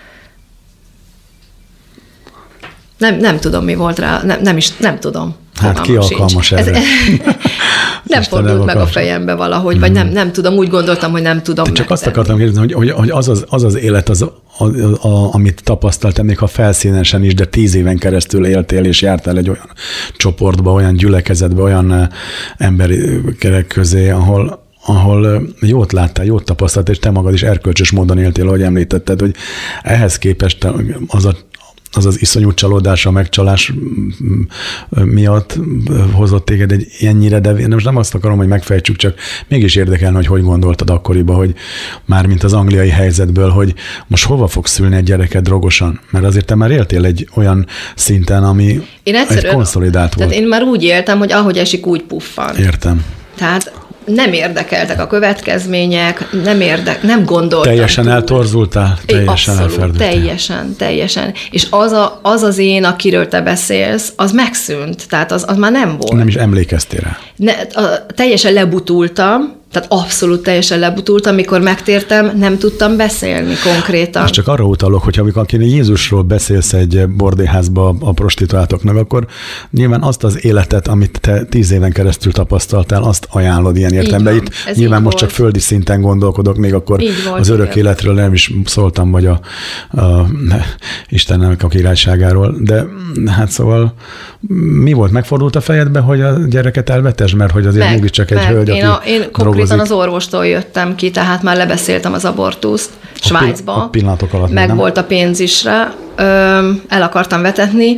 Speaker 3: Nem tudom, mi volt rá, nem tudom.
Speaker 2: Hát ki alkalmas erre?
Speaker 3: Nem fordult meg a fejembe valahogy, vagy nem tudom, úgy gondoltam, hogy nem tudom.
Speaker 2: Csak azt akartam kérdezni, hogy az az élet, amit tapasztaltál, még ha felszínesen is, de 10 éven keresztül éltél, és jártál egy olyan csoportba, olyan gyülekezetbe, olyan emberek közé, ahol jót láttál, jót tapasztalt, és te magad is erkölcsös módon éltél, ahogy említetted, hogy ehhez képest az iszonyú csalódás, a megcsalás miatt hozott téged egy ennyire, de most nem azt akarom, hogy megfejtsük, csak mégis érdekelne, hogy gondoltad akkoriban, hogy már mint az angliai helyzetből, hogy most hova fogsz szülni egy gyereket drogosan? Mert azért te már éltél egy olyan szinten, ami egy konszolidált volt.
Speaker 3: Tehát én már úgy éltem, hogy ahogy esik, úgy puffan.
Speaker 2: Értem.
Speaker 3: Tehát nem érdekeltek a következmények, nem gondoltam.
Speaker 2: Teljesen túl. Eltorzultál? Teljesen elferdültél?
Speaker 3: Teljesen. És az én, akiről te beszélsz, az megszűnt. Tehát az már nem volt.
Speaker 2: Nem is emlékeztél rá?
Speaker 3: Teljesen lebutultam, tehát abszolút teljesen lebutultam, amikor megtértem, nem tudtam beszélni konkrétan.
Speaker 2: Most csak arra utalok, hogy amikor Jézusról beszélsz egy bordélyházba a prostituáltoknak, akkor nyilván azt az életet, amit te 10 éven keresztül tapasztaltál, azt ajánlod ilyen értelemben. Itt nyilván most csak földi szinten gondolkodok, még akkor az örök életről nem is szóltam, vagy a Istennek a királyságáról. De hát szóval mi volt? Megfordult a fejedbe, hogy a gyereket elvetesd? Mert hogy azért mégiscsak egy hölgy, aki
Speaker 3: konkrétan az orvostól jöttem ki, tehát már lebeszéltem az abortuszt Svájcba.
Speaker 2: A pillanatok alatt
Speaker 3: meg volt a pénz is rá. El akartam vetetni.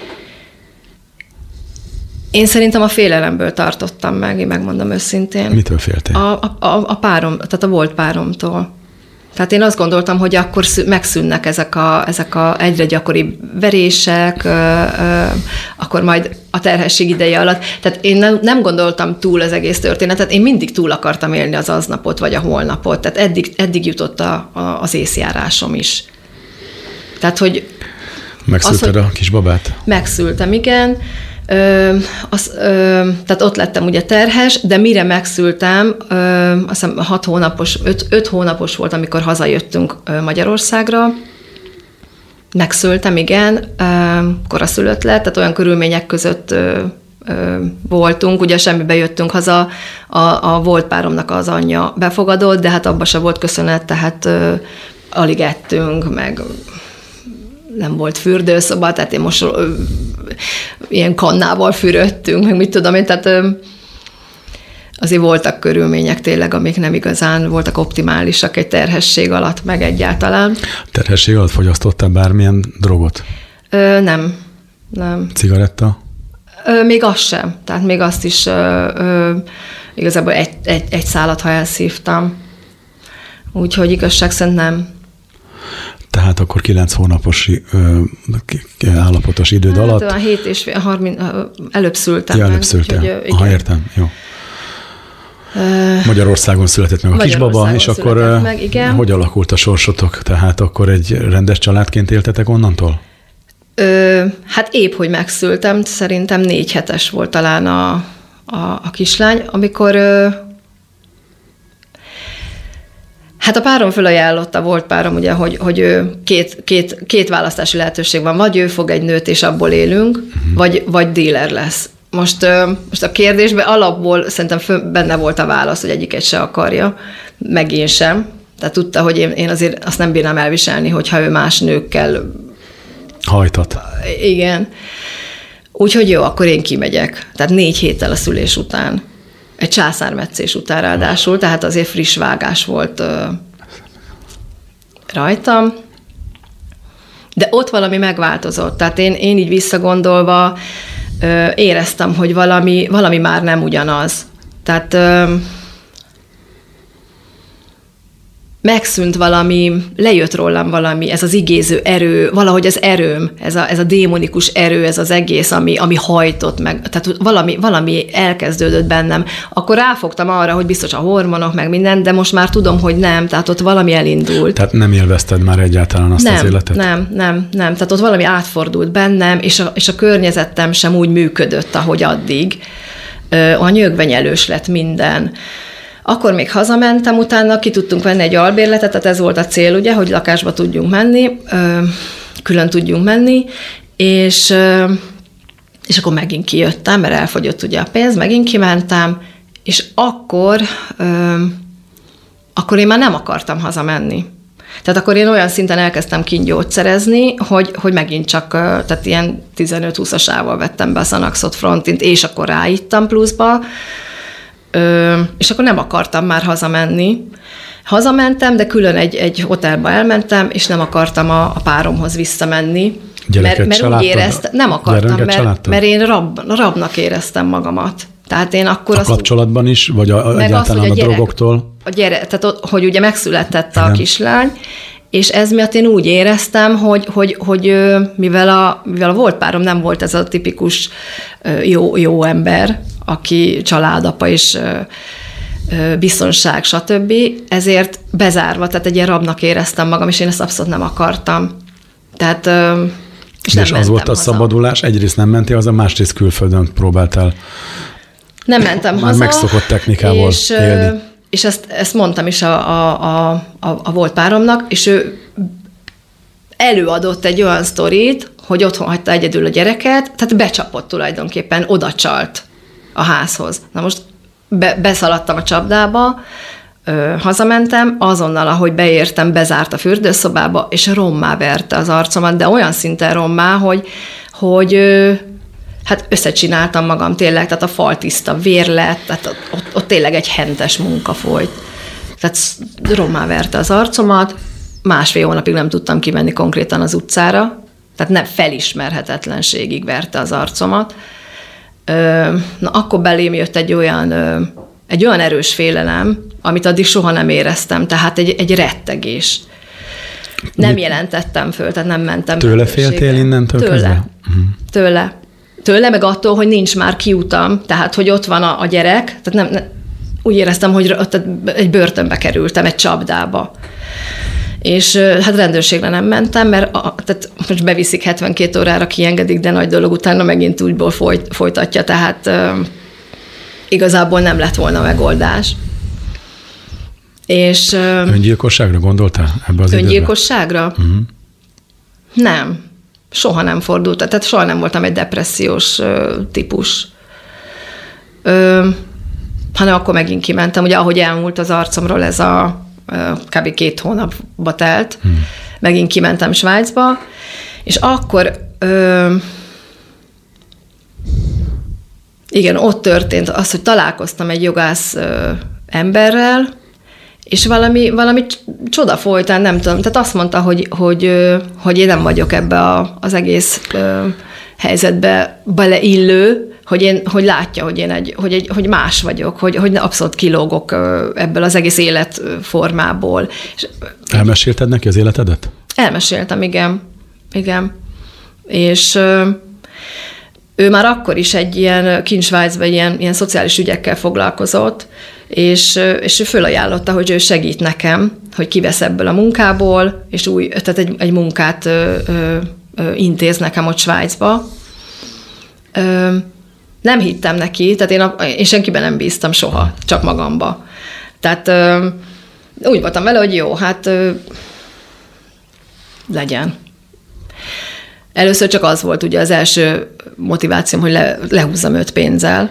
Speaker 3: Én szerintem a félelemből tartottam meg, én megmondom őszintén.
Speaker 2: Mitől féltél?
Speaker 3: A párom, tehát a volt páromtól. Tehát én azt gondoltam, hogy akkor megszűnnek ezek a egyre gyakoribb verések, akkor majd a terhesség ideje alatt. Tehát én nem gondoltam túl az egész történetet, én mindig túl akartam élni az aznapot, vagy a holnapot. Tehát eddig jutott az észjárásom is. Tehát, hogy...
Speaker 2: Megszülted a kisbabát?
Speaker 3: Megszültem, igen. Tehát ott lettem ugye terhes, de mire megszültem, azt hiszem 6 hónapos, 5 hónapos volt, amikor hazajöttünk Magyarországra. Megszültem, igen, koraszülött lett, tehát olyan körülmények között voltunk, ugye semmibe jöttünk haza, a volt páromnak az anyja befogadott, de hát abban se volt köszönet, tehát alig ettünk, meg nem volt fürdőszoba, tehát én most ilyen kannával fürödtünk, meg mit tudom én, tehát azért voltak körülmények tényleg, amik nem igazán voltak optimálisak egy terhesség alatt, meg egyáltalán.
Speaker 2: Terhesség alatt fogyasztottál bármilyen drogot?
Speaker 3: Nem.
Speaker 2: Cigaretta?
Speaker 3: Még az sem. Tehát még azt is igazából egy szálat, ha elszívtam. Úgyhogy igazság szerint nem.
Speaker 2: Tehát akkor 9 hónapos állapotos időd alatt?
Speaker 3: Hát 7 és 30, előbb szültem.
Speaker 2: Ja, előbb szültem. Aha, értem, jó. Magyarországon született meg a kisbaba, és akkor
Speaker 3: meg,
Speaker 2: hogy alakult a sorsotok? Tehát akkor egy rendes családként éltetek onnantól?
Speaker 3: Hát épp, hogy megszültem, szerintem 4 hetes volt talán a kislány, amikor hát a párom fölajánlotta, volt párom, ugye, hogy két választási lehetőség van, vagy ő fog egy nőt, és abból élünk, vagy díler lesz. Most a kérdésben alapból szerintem benne volt a válasz, hogy egyiket se akarja, meg én sem. Tehát tudta, hogy én azért azt nem bírnám elviselni, hogyha ő más nőkkel
Speaker 2: hajtat.
Speaker 3: Igen. Úgyhogy jó, akkor én kimegyek. Tehát 4 héttel a szülés után. Egy császármetszés után ráadásul, tehát azért friss vágás volt rajtam. De ott valami megváltozott. Tehát én így visszagondolva éreztem, hogy valami már nem ugyanaz. Tehát megszűnt valami, lejött rólam valami, ez az igéző erő, valahogy az erőm, ez a démonikus erő, ez az egész, ami hajtott meg, tehát valami elkezdődött bennem. Akkor ráfogtam arra, hogy biztos a hormonok, meg minden, de most már tudom, hogy nem, tehát ott valami elindult. Tehát
Speaker 2: nem élvezted már egyáltalán azt az életet?
Speaker 3: Nem. Tehát ott valami átfordult bennem, és a környezetem sem úgy működött, ahogy addig. A nyögvenyelős lett minden. Akkor még hazamentem, utána ki tudtunk venni egy albérletet, tehát ez volt a cél, ugye, hogy lakásba tudjunk menni, külön tudjunk menni, és akkor megint kijöttem, mert elfogyott ugye a pénz, megint kimentem, és akkor én már nem akartam hazamenni. Tehát akkor én olyan szinten elkezdtem kíngyógyszerezni, hogy megint csak, tehát ilyen 15-20-asával vettem be a Xanaxot Frontint, és akkor ráittam pluszba, és akkor nem akartam már hazamenni. Hazamentem, de külön egy hotelba elmentem, és nem akartam a páromhoz visszamenni. Mert úgy éreztem, nem akartam, mert én rabnak éreztem magamat. Tehát én akkor
Speaker 2: kapcsolatban is, vagy egyáltalán a drogoktól?
Speaker 3: Tehát hogy ugye megszületett a kislány, és ez miatt én úgy éreztem, hogy mivel a volt párom nem volt ez a tipikus jó ember, aki családapa és biztonság, stb., ezért bezárva, tehát egy ilyen rabnak éreztem magam, és én ezt abszolút nem akartam. Tehát
Speaker 2: és az volt a szabadulás? Egyrészt nem mentél haza, másrészt külföldön próbáltál
Speaker 3: nem mentem
Speaker 2: már
Speaker 3: haza,
Speaker 2: megszokott technikával élni.
Speaker 3: És ezt mondtam is a volt páromnak, és ő előadott egy olyan sztorit, hogy otthon hagyta egyedül a gyereket, tehát becsapott tulajdonképpen, odacsalt a házhoz. Na most beszaladtam a csapdába, hazamentem, azonnal, ahogy beértem, bezárt a fürdőszobába, és rommá verte az arcomat, de olyan szinten rommá, hogy hát összecsináltam magam tényleg, tehát a fal tiszta vér lett, tehát ott tényleg egy hentes munka folyt. Tehát rommá verte az arcomat, 1,5 hónapig nem tudtam kimenni konkrétan az utcára, tehát nem felismerhetetlenségig verte az arcomat. Na, akkor belém jött egy olyan erős félelem, amit addig soha nem éreztem, tehát egy rettegés. Nem jelentettem föl, tehát nem mentem.
Speaker 2: Tőle féltél innentől kezdve?
Speaker 3: Tőle, meg attól, hogy nincs már kiutam, tehát hogy ott van a gyerek, tehát nem úgy éreztem, hogy egy börtönbe kerültem, egy csapdába. És hát rendőrségre nem mentem, mert tehát most beviszik 72 órára, kiengedik, de nagy dolog, utána megint úgyból folytatja, tehát igazából nem lett volna megoldás. És
Speaker 2: öngyilkosságra gondoltál ebbe az időben?
Speaker 3: Öngyilkosságra? Uh-huh. Nem. Soha nem fordult. Tehát soha nem voltam egy depressziós típus. Hanem akkor megint kimentem. Ugye ahogy elmúlt az arcomról, ez kb. 2 hónapba telt. Megint kimentem Svájcba, és akkor igen, ott történt az, hogy találkoztam egy jogász emberrel, és valami csoda folytán, nem tudom, tehát azt mondta, hogy én nem vagyok ebbe az egész helyzetbe beleillő, hogy látja, hogy más vagyok, hogy abszolút kilógok ebből az egész életformából.
Speaker 2: Elmesélted neki az életedet?
Speaker 3: Elmeséltem, igen. És ő már akkor is egy ilyen kint Svájcban ilyen szociális ügyekkel foglalkozott, és ő fölajánlotta, hogy ő segít nekem, hogy kivesz ebből a munkából, és tehát egy munkát intéz nekem ott Svájcba. Nem hittem neki, tehát én senkiben nem bíztam soha, csak magamba. Tehát úgy voltam vele, hogy jó, hát legyen. Először csak az volt ugye az első motivációm, hogy lehúzzam őt pénzzel,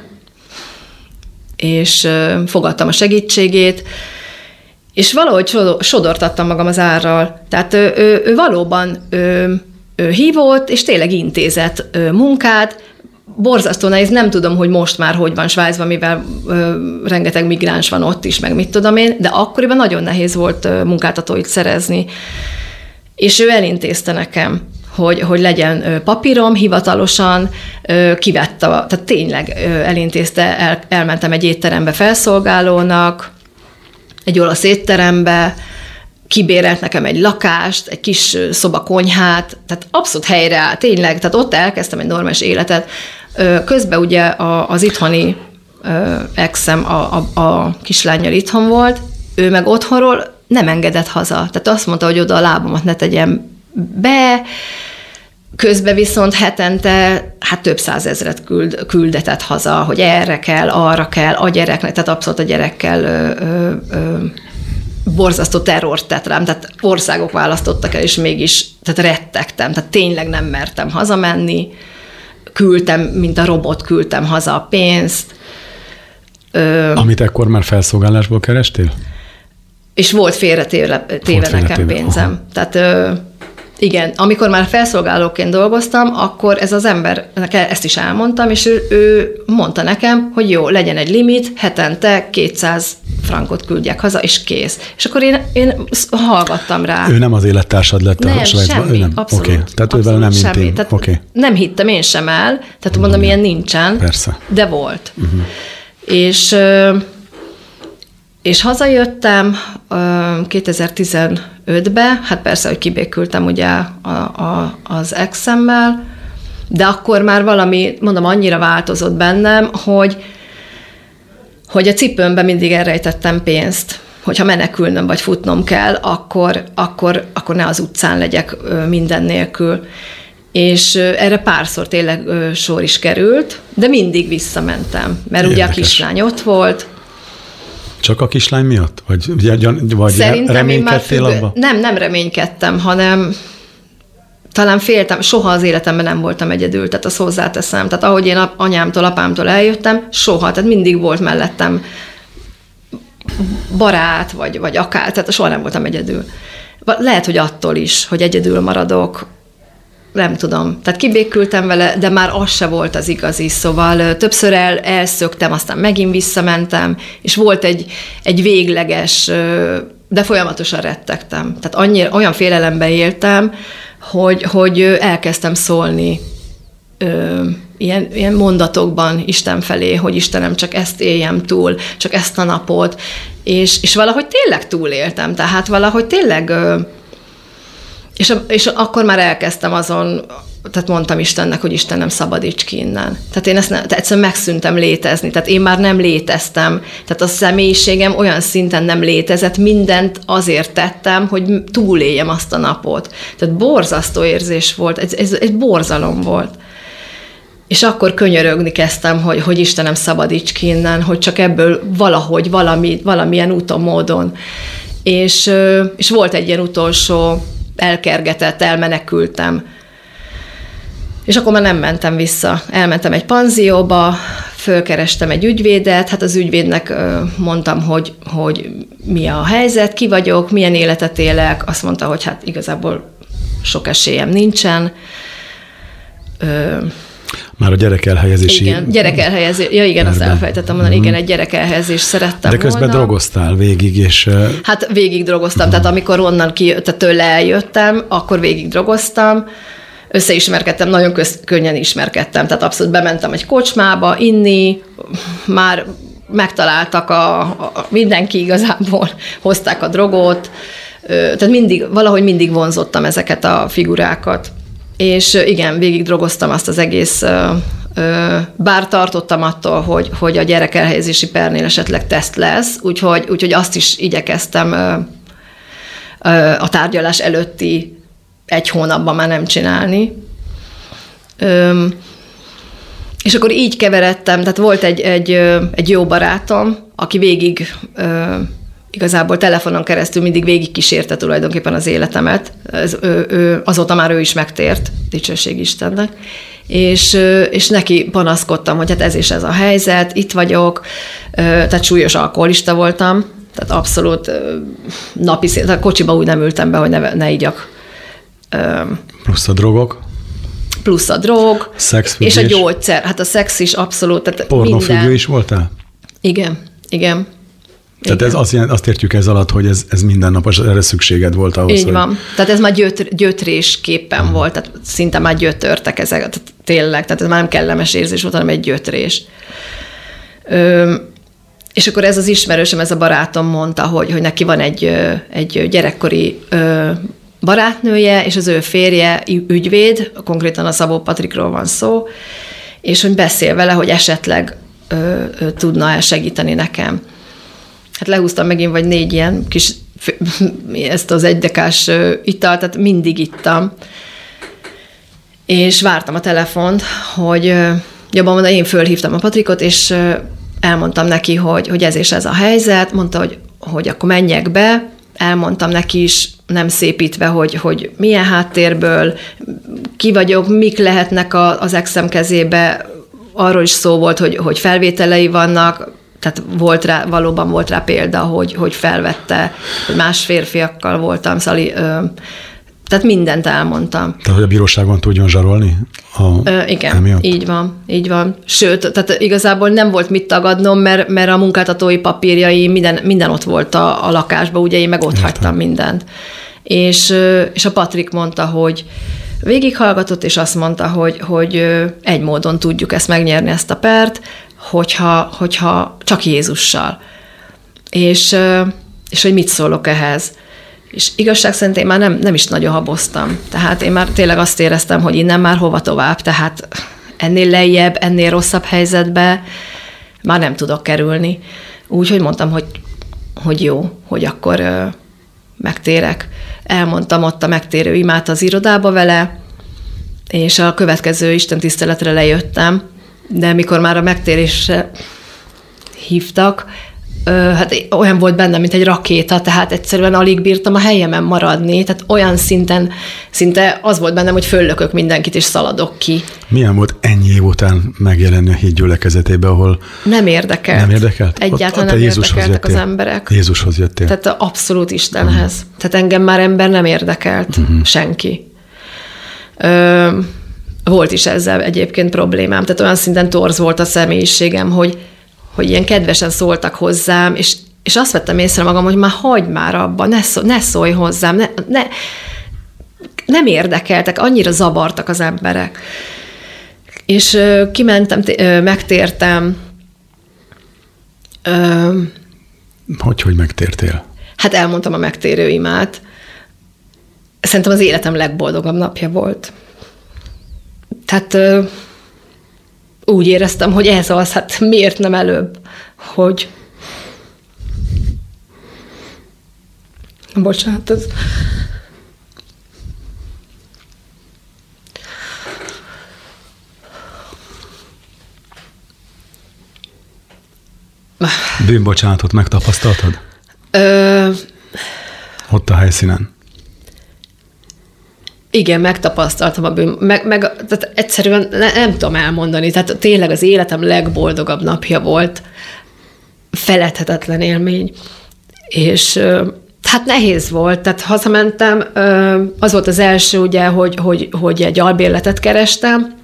Speaker 3: és fogadtam a segítségét, és valahogy sodortattam magam az árral. Tehát ő valóban hívott, és tényleg intézett munkát. Borzasztó nehéz, nem tudom, hogy most már hogy van Svájcban, mivel rengeteg migráns van ott is, meg mit tudom én, de akkoriban nagyon nehéz volt munkáltatóit szerezni. És ő elintézte nekem, hogy legyen papírom, hivatalosan kivette, tehát tényleg elintézte, elmentem egy étterembe felszolgálónak, egy olasz étterembe, kibérelt nekem egy lakást, egy kis szobakonyhát, tehát abszolút helyreáll, tényleg, tehát ott elkezdtem egy normális életet. Közben ugye az itthoni exem, a kislánnyal itthon volt, ő meg otthonról nem engedett haza. Tehát azt mondta, hogy oda a lábamat ne tegyem be, közben viszont hetente több százezret küldetett haza, hogy erre kell, arra kell, a gyereknek, tehát abszolút a gyerekkel borzasztó terrort tett rám, tehát országok választottak el, és mégis tehát rettegtem, tehát tényleg nem mertem hazamenni, küldtem, mint a robot, küldtem haza a pénzt.
Speaker 2: Amit ekkor már felszolgálásból kerestél?
Speaker 3: És volt félretéve nekem pénzem. Aha. Tehát igen, amikor már felszolgálóként dolgoztam, akkor ez az ember, ezt is elmondtam, és ő mondta nekem, hogy jó, legyen egy limit, hetente 200 frankot küldjek haza, és kész. És akkor én hallgattam rá.
Speaker 2: Ő nem az élettársad lett
Speaker 3: nem,
Speaker 2: a Svájcban?
Speaker 3: Semmi,
Speaker 2: nem,
Speaker 3: abszolút.
Speaker 2: Okay. Tehát ővel nem intim. Okay.
Speaker 3: Nem hittem én sem el, tehát mondom, ilyen nincsen,
Speaker 2: persze.
Speaker 3: De volt. Uh-huh. És hazajöttem 2015-ben, hát persze, hogy kibékültem ugye az exemmel, de akkor már valami, mondom, annyira változott bennem, hogy a cipőmben mindig elrejtettem pénzt, hogyha menekülnöm vagy futnom kell, akkor ne az utcán legyek minden nélkül. És erre párszor tényleg sor is került, de mindig visszamentem, mert ugye a kislány ott volt.
Speaker 2: Csak a kislány miatt? Vagy reménykedtél abba? Nem reménykedtem, hanem talán féltem, soha az életemben nem voltam egyedül, tehát azt hozzáteszem. Tehát ahogy én anyámtól, apámtól eljöttem, soha, tehát mindig volt mellettem barát, vagy akár, tehát soha nem voltam egyedül. Lehet, hogy attól is, hogy egyedül maradok, nem tudom. Tehát kibékültem vele, de már az se volt az igazi, szóval többször elszöktem, aztán megint visszamentem, és volt egy végleges, de folyamatosan rettegtem. Tehát olyan félelemben éltem, hogy elkezdtem szólni ilyen mondatokban Isten felé, hogy Istenem, csak ezt éljem túl, csak ezt a napot, és valahogy tényleg túléltem, tehát valahogy tényleg... És akkor már elkezdtem tehát mondtam Istennek, hogy Istenem, szabadíts ki innen. Tehát én egyszerűen megszűntem létezni, tehát én már nem léteztem, tehát a személyiségem olyan szinten nem létezett, mindent azért tettem, hogy túléljem azt a napot. Tehát borzasztó érzés volt, ez egy borzalom volt. És akkor könyörögni kezdtem, hogy Istenem, szabadíts ki innen, hogy csak ebből valahogy, valamilyen úton, módon. És volt egy ilyen utolsó elkergetett, elmenekültem. És akkor már nem mentem vissza. Elmentem egy panzióba, fölkerestem egy ügyvédet, hát az ügyvédnek mondtam, hogy mi a helyzet, ki vagyok, milyen életet élek. Azt mondta, hogy hát igazából sok esélyem nincsen. Már a gyerekelhelyezési...
Speaker 3: Igen, gyerekelhelyezés. Ja igen, azt elfelejtettem mondani, igen, egy gyerekelhelyezés szerettem volna.
Speaker 2: De közben drogoztál végig, és...
Speaker 3: Hát végig drogoztam, tehát amikor onnan tehát tőle eljöttem, akkor végig drogoztam. összeismerkedtem, nagyon könnyen ismerkedtem, tehát abszolút bementem egy kocsmába inni, már megtaláltak mindenki igazából, hozták a drogot, tehát valahogy mindig vonzottam ezeket a figurákat. És igen, végig drogoztam azt az egész, bár tartottam attól, hogy a gyerekelhelyezési pernél esetleg teszt lesz, úgyhogy azt is igyekeztem a tárgyalás előtti 1 hónapban már nem csinálni. És akkor így keveredtem, tehát volt egy jó barátom, aki végig igazából telefonon keresztül mindig végig kísérte tulajdonképpen az életemet. Azóta már ő is megtért, dicsőség Istennek. És neki panaszkodtam, hogy hát ez és ez a helyzet, itt vagyok, tehát súlyos alkoholista voltam, tehát abszolút napi szinten, a kocsiba úgy nem ültem be, hogy ne igyak.
Speaker 2: Plusz a drogok.
Speaker 3: Plusz a drog,
Speaker 2: szexfüggés.
Speaker 3: És a gyógyszer. Hát a szex is abszolút.
Speaker 2: Pornófüggő is voltál?
Speaker 3: Igen.
Speaker 2: Tehát azt értjük ez alatt, hogy ez mindennapos, erre szükséged volt ahhoz,
Speaker 3: így van. Tehát ez már gyötrésképpen volt, tehát szinte már gyötörtek ezek, tehát tényleg, tehát ez már nem kellemes érzés volt, hanem egy gyötrés. És akkor ez az ismerősöm, ez a barátom mondta, hogy neki van egy gyerekkori barátnője, és az ő férje ügyvéd, konkrétan a Szabó Patrikról van szó, és hogy beszél vele, hogy esetleg tudna segíteni nekem. Hát lehúztam megint vagy 4 ilyen kis, ezt az 1 dekás italt, tehát mindig ittam. És vártam a telefont, hogy jobban mondani, én fölhívtam a Patrikot, és elmondtam neki, hogy ez és ez a helyzet, mondta, hogy akkor menjek be, elmondtam neki is, nem szépítve, hogy milyen háttérből, ki vagyok, mik lehetnek az exem kezébe, arról is szó volt, hogy felvételei vannak, tehát valóban volt rá példa, hogy felvette, hogy más férfiakkal voltam, tehát mindent elmondtam.
Speaker 2: Tehát, hogy a bíróságon tudjon zsarolni?
Speaker 3: Igen,
Speaker 2: emiatt?
Speaker 3: így van. Sőt, tehát igazából nem volt mit tagadnom, mert a munkáltatói papírjai, minden ott volt a lakásban, ugye én meg ott hagytam mindent. És a Patrik mondta, hogy végighallgatott, és azt mondta, hogy egy módon tudjuk ezt megnyerni, ezt a pert, hogyha csak Jézussal. És hogy mit szólok ehhez. És igazság szerint én már nem is nagyon haboztam. Tehát én már tényleg azt éreztem, hogy innen már hova tovább, tehát ennél lejjebb, ennél rosszabb helyzetbe már nem tudok kerülni. Úgyhogy mondtam, hogy jó, hogy akkor megtérek. Elmondtam ott a megtérő imát az irodába vele, és a következő istentiszteletre lejöttem, de mikor már a megtérésre hívtak, hát olyan volt bennem, mint egy rakéta, tehát egyszerűen alig bírtam a helyemen maradni, tehát olyan szinten, szinte az volt bennem, hogy föllökök mindenkit, és szaladok ki. Milyen
Speaker 2: volt ennyi év után megjelenni a híd gyülekezetében, ahol...
Speaker 3: Nem érdekelt.
Speaker 2: Nem érdekelt?
Speaker 3: Egyáltalán nem érdekeltek az emberek.
Speaker 2: Jézushoz jöttél.
Speaker 3: Tehát abszolút Istenhez. Tehát engem már ember nem érdekelt, senki. Volt is ezzel egyébként problémám, tehát olyan szinten torz volt a személyiségem, hogy ilyen kedvesen szóltak hozzám, és azt vettem észre magam, hogy már hagyd már abba, ne szólj hozzám, nem érdekeltek, annyira zavartak az emberek. És kimentem, megtértem.
Speaker 2: Hogy megtértél?
Speaker 3: Hát elmondtam a megtérő imát. Szerintem az életem legboldogabb napja volt. Tehát úgy éreztem, hogy ez az, hát miért nem előbb, hogy... Bocsánat, ez...
Speaker 2: Bűnbocsánatot megtapasztaltad? Ott a helyszínen.
Speaker 3: Igen, megtapasztaltam a tehát egyszerűen nem tudom elmondani, tehát tényleg az életem legboldogabb napja volt, feledhetetlen élmény, és hát nehéz volt, tehát hazamentem, az volt az első ugye, hogy egy albérletet kerestem,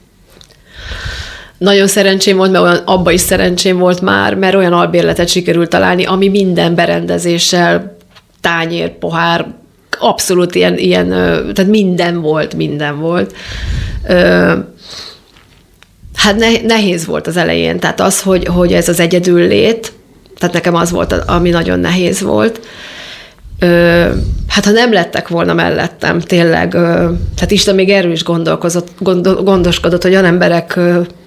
Speaker 3: nagyon szerencsém volt, mert abba is szerencsém volt már, mert olyan albérletet sikerült találni, ami minden berendezéssel, tányér, pohár, abszolút ilyen tehát minden volt. Hát nehéz volt az elején, tehát az, hogy ez az egyedüllét, tehát nekem az volt, ami nagyon nehéz volt. Hát ha nem lettek volna mellettem, tényleg, tehát Isten még erről is gondoskodott, hogy olyan emberek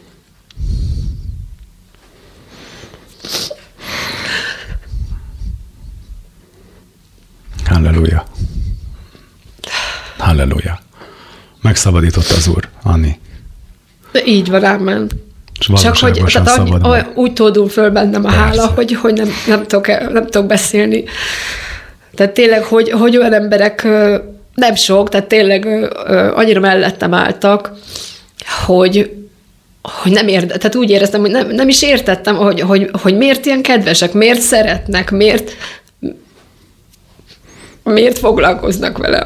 Speaker 2: Halleluja. Halleluja. Megszabadította az Úr, Anni.
Speaker 3: Így van, ámen. Csak hogy úgy tódul föl bennem a hála, hogy nem tudok beszélni. Tehát tényleg, hogy olyan emberek nem sok, tehát tényleg annyira mellettem álltak, hogy nem tehát úgy éreztem, hogy nem is értettem, hogy miért ilyen kedvesek, miért szeretnek, miért foglalkoznak velem.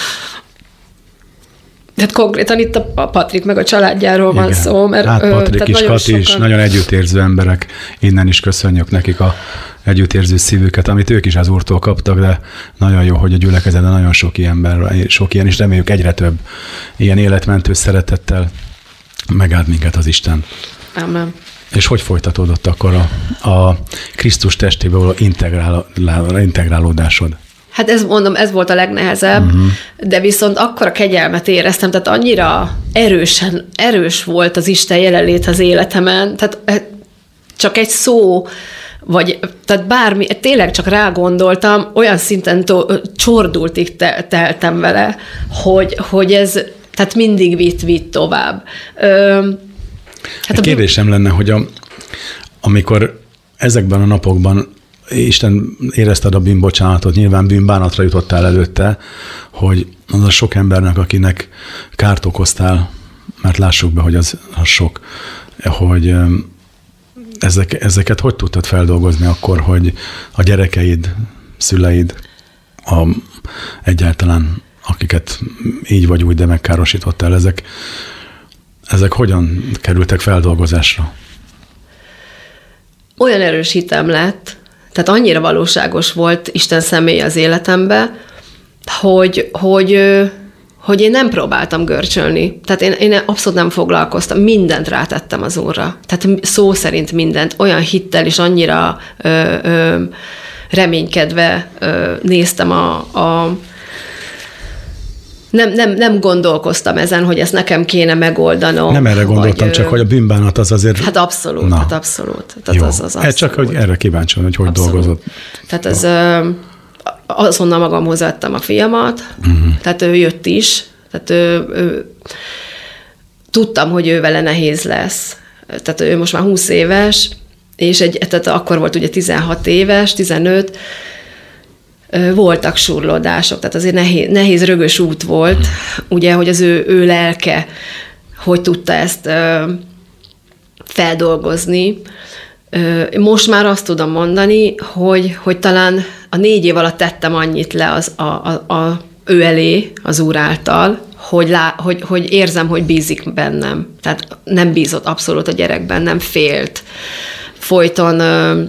Speaker 3: Tehát konkrétan itt a Patrik meg a családjáról van szó. Mert,
Speaker 2: hát Patrik is, Kati is, nagyon együttérző emberek. Innen is köszönjük nekik a együttérző szívüket, amit ők is az Úrtól kaptak, de nagyon jó, hogy a gyülekezetben nagyon sok ilyen ember, sok ilyen is, reméljük egyre több ilyen életmentő szeretettel megáld minket az Isten.
Speaker 3: Amen.
Speaker 2: És hogy folytatódott akkor a Krisztus testébe való integrálódásod?
Speaker 3: Hát ez volt a legnehezebb, de viszont akkora kegyelmet éreztem, tehát annyira erős volt az Isten jelenlét az életemen, tehát csak egy szó, vagy tehát bármi, tényleg csak rágondoltam, olyan szinten csordultig teltem vele, hogy ez, tehát mindig vitt tovább.
Speaker 2: Hát kérdésem lenne, hogy amikor ezekben a napokban Isten érezted a bűnbocsánatot, nyilván bűnbánatra jutottál előtte, hogy az a sok embernek, akinek kárt okoztál, mert lássuk be, hogy az sok, hogy ezeket hogy tudtad feldolgozni akkor, hogy a gyerekeid, szüleid, egyáltalán akiket így vagy úgy, de megkárosítottál, ezek hogyan kerültek feldolgozásra?
Speaker 3: Olyan erős hitem lett, tehát annyira valóságos volt Isten személye az életembe, hogy én nem próbáltam görcsölni. Tehát én abszolút nem foglalkoztam, mindent rátettem az Úrra. Tehát szó szerint mindent, olyan hittel és annyira reménykedve néztem nem gondolkoztam ezen, hogy ezt nekem kéne megoldanom.
Speaker 2: Nem erre gondoltam, csak hogy a bűnbánat az azért...
Speaker 3: Hát abszolút, hát abszolút. Tehát
Speaker 2: jó.
Speaker 3: Az abszolút.
Speaker 2: Csak hogy erre kíváncsi hogy abszolút. Dolgozott.
Speaker 3: Tehát ez azonnal magamhoz vettem a fiamat, tehát ő jött is, tehát tudtam, hogy ő vele nehéz lesz. Tehát ő most már 20 éves, és tehát akkor volt ugye 16 éves, 15, voltak surlódások, tehát azért nehéz rögös út volt, ugye, hogy az ő lelke, hogy tudta ezt feldolgozni. Most már azt tudom mondani, hogy talán a 4 év alatt tettem annyit le ő elé, az Úr által, hogy érzem, hogy bízik bennem. Tehát nem bízott abszolút a gyerekben, nem félt. Folyton...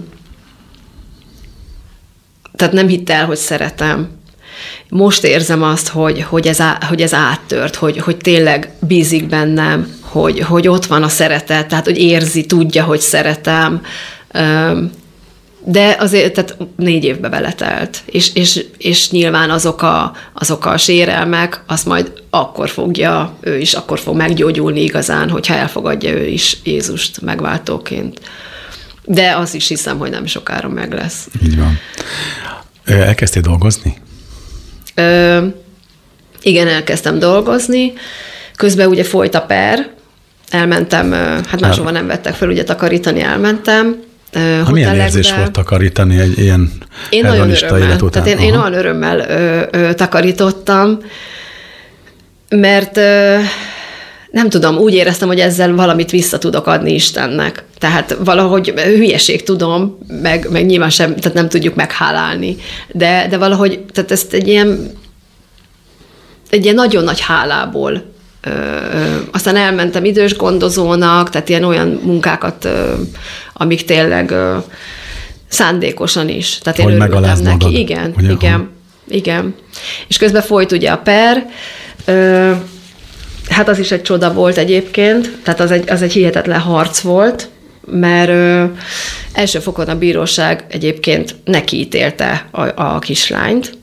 Speaker 3: Tehát nem hitte el, hogy szeretem. Most érzem azt, hogy ez áttört, hogy tényleg bízik bennem, hogy ott van a szeretet, tehát hogy érzi, tudja, hogy szeretem. De azért tehát 4 évbe beletelt. És nyilván azok a sérelmek, azt majd ő is akkor fog meggyógyulni igazán, hogyha elfogadja ő is Jézust megváltóként. De azt is hiszem, hogy nem sokára meg lesz.
Speaker 2: Így van. Elkezdtél dolgozni?
Speaker 3: Igen, elkezdtem dolgozni. Közben ugye folyt a per. Elmentem, hát máshova nem vettek fel, ugye takarítani elmentem.
Speaker 2: Milyen érzés volt takarítani egy ilyen hedonista élet után?
Speaker 3: Tehát én olyan örömmel takarítottam, mert nem tudom, úgy éreztem, hogy ezzel valamit vissza tudok adni Istennek. Tehát valahogy hülyeség tudom, meg nyilván sem, tehát nem tudjuk meghálálni. De valahogy, tehát ezt egy ilyen nagyon nagy hálából. Aztán elmentem idős gondozónak, tehát ilyen olyan munkákat, amik tényleg szándékosan is. Tehát én örültem neki. Igen, igen. Igen. És közben folyt ugye a per, hát az is egy csoda volt egyébként, tehát az egy hihetetlen harc volt, mert első fokon a bíróság egyébként nekiítélte a kislányt,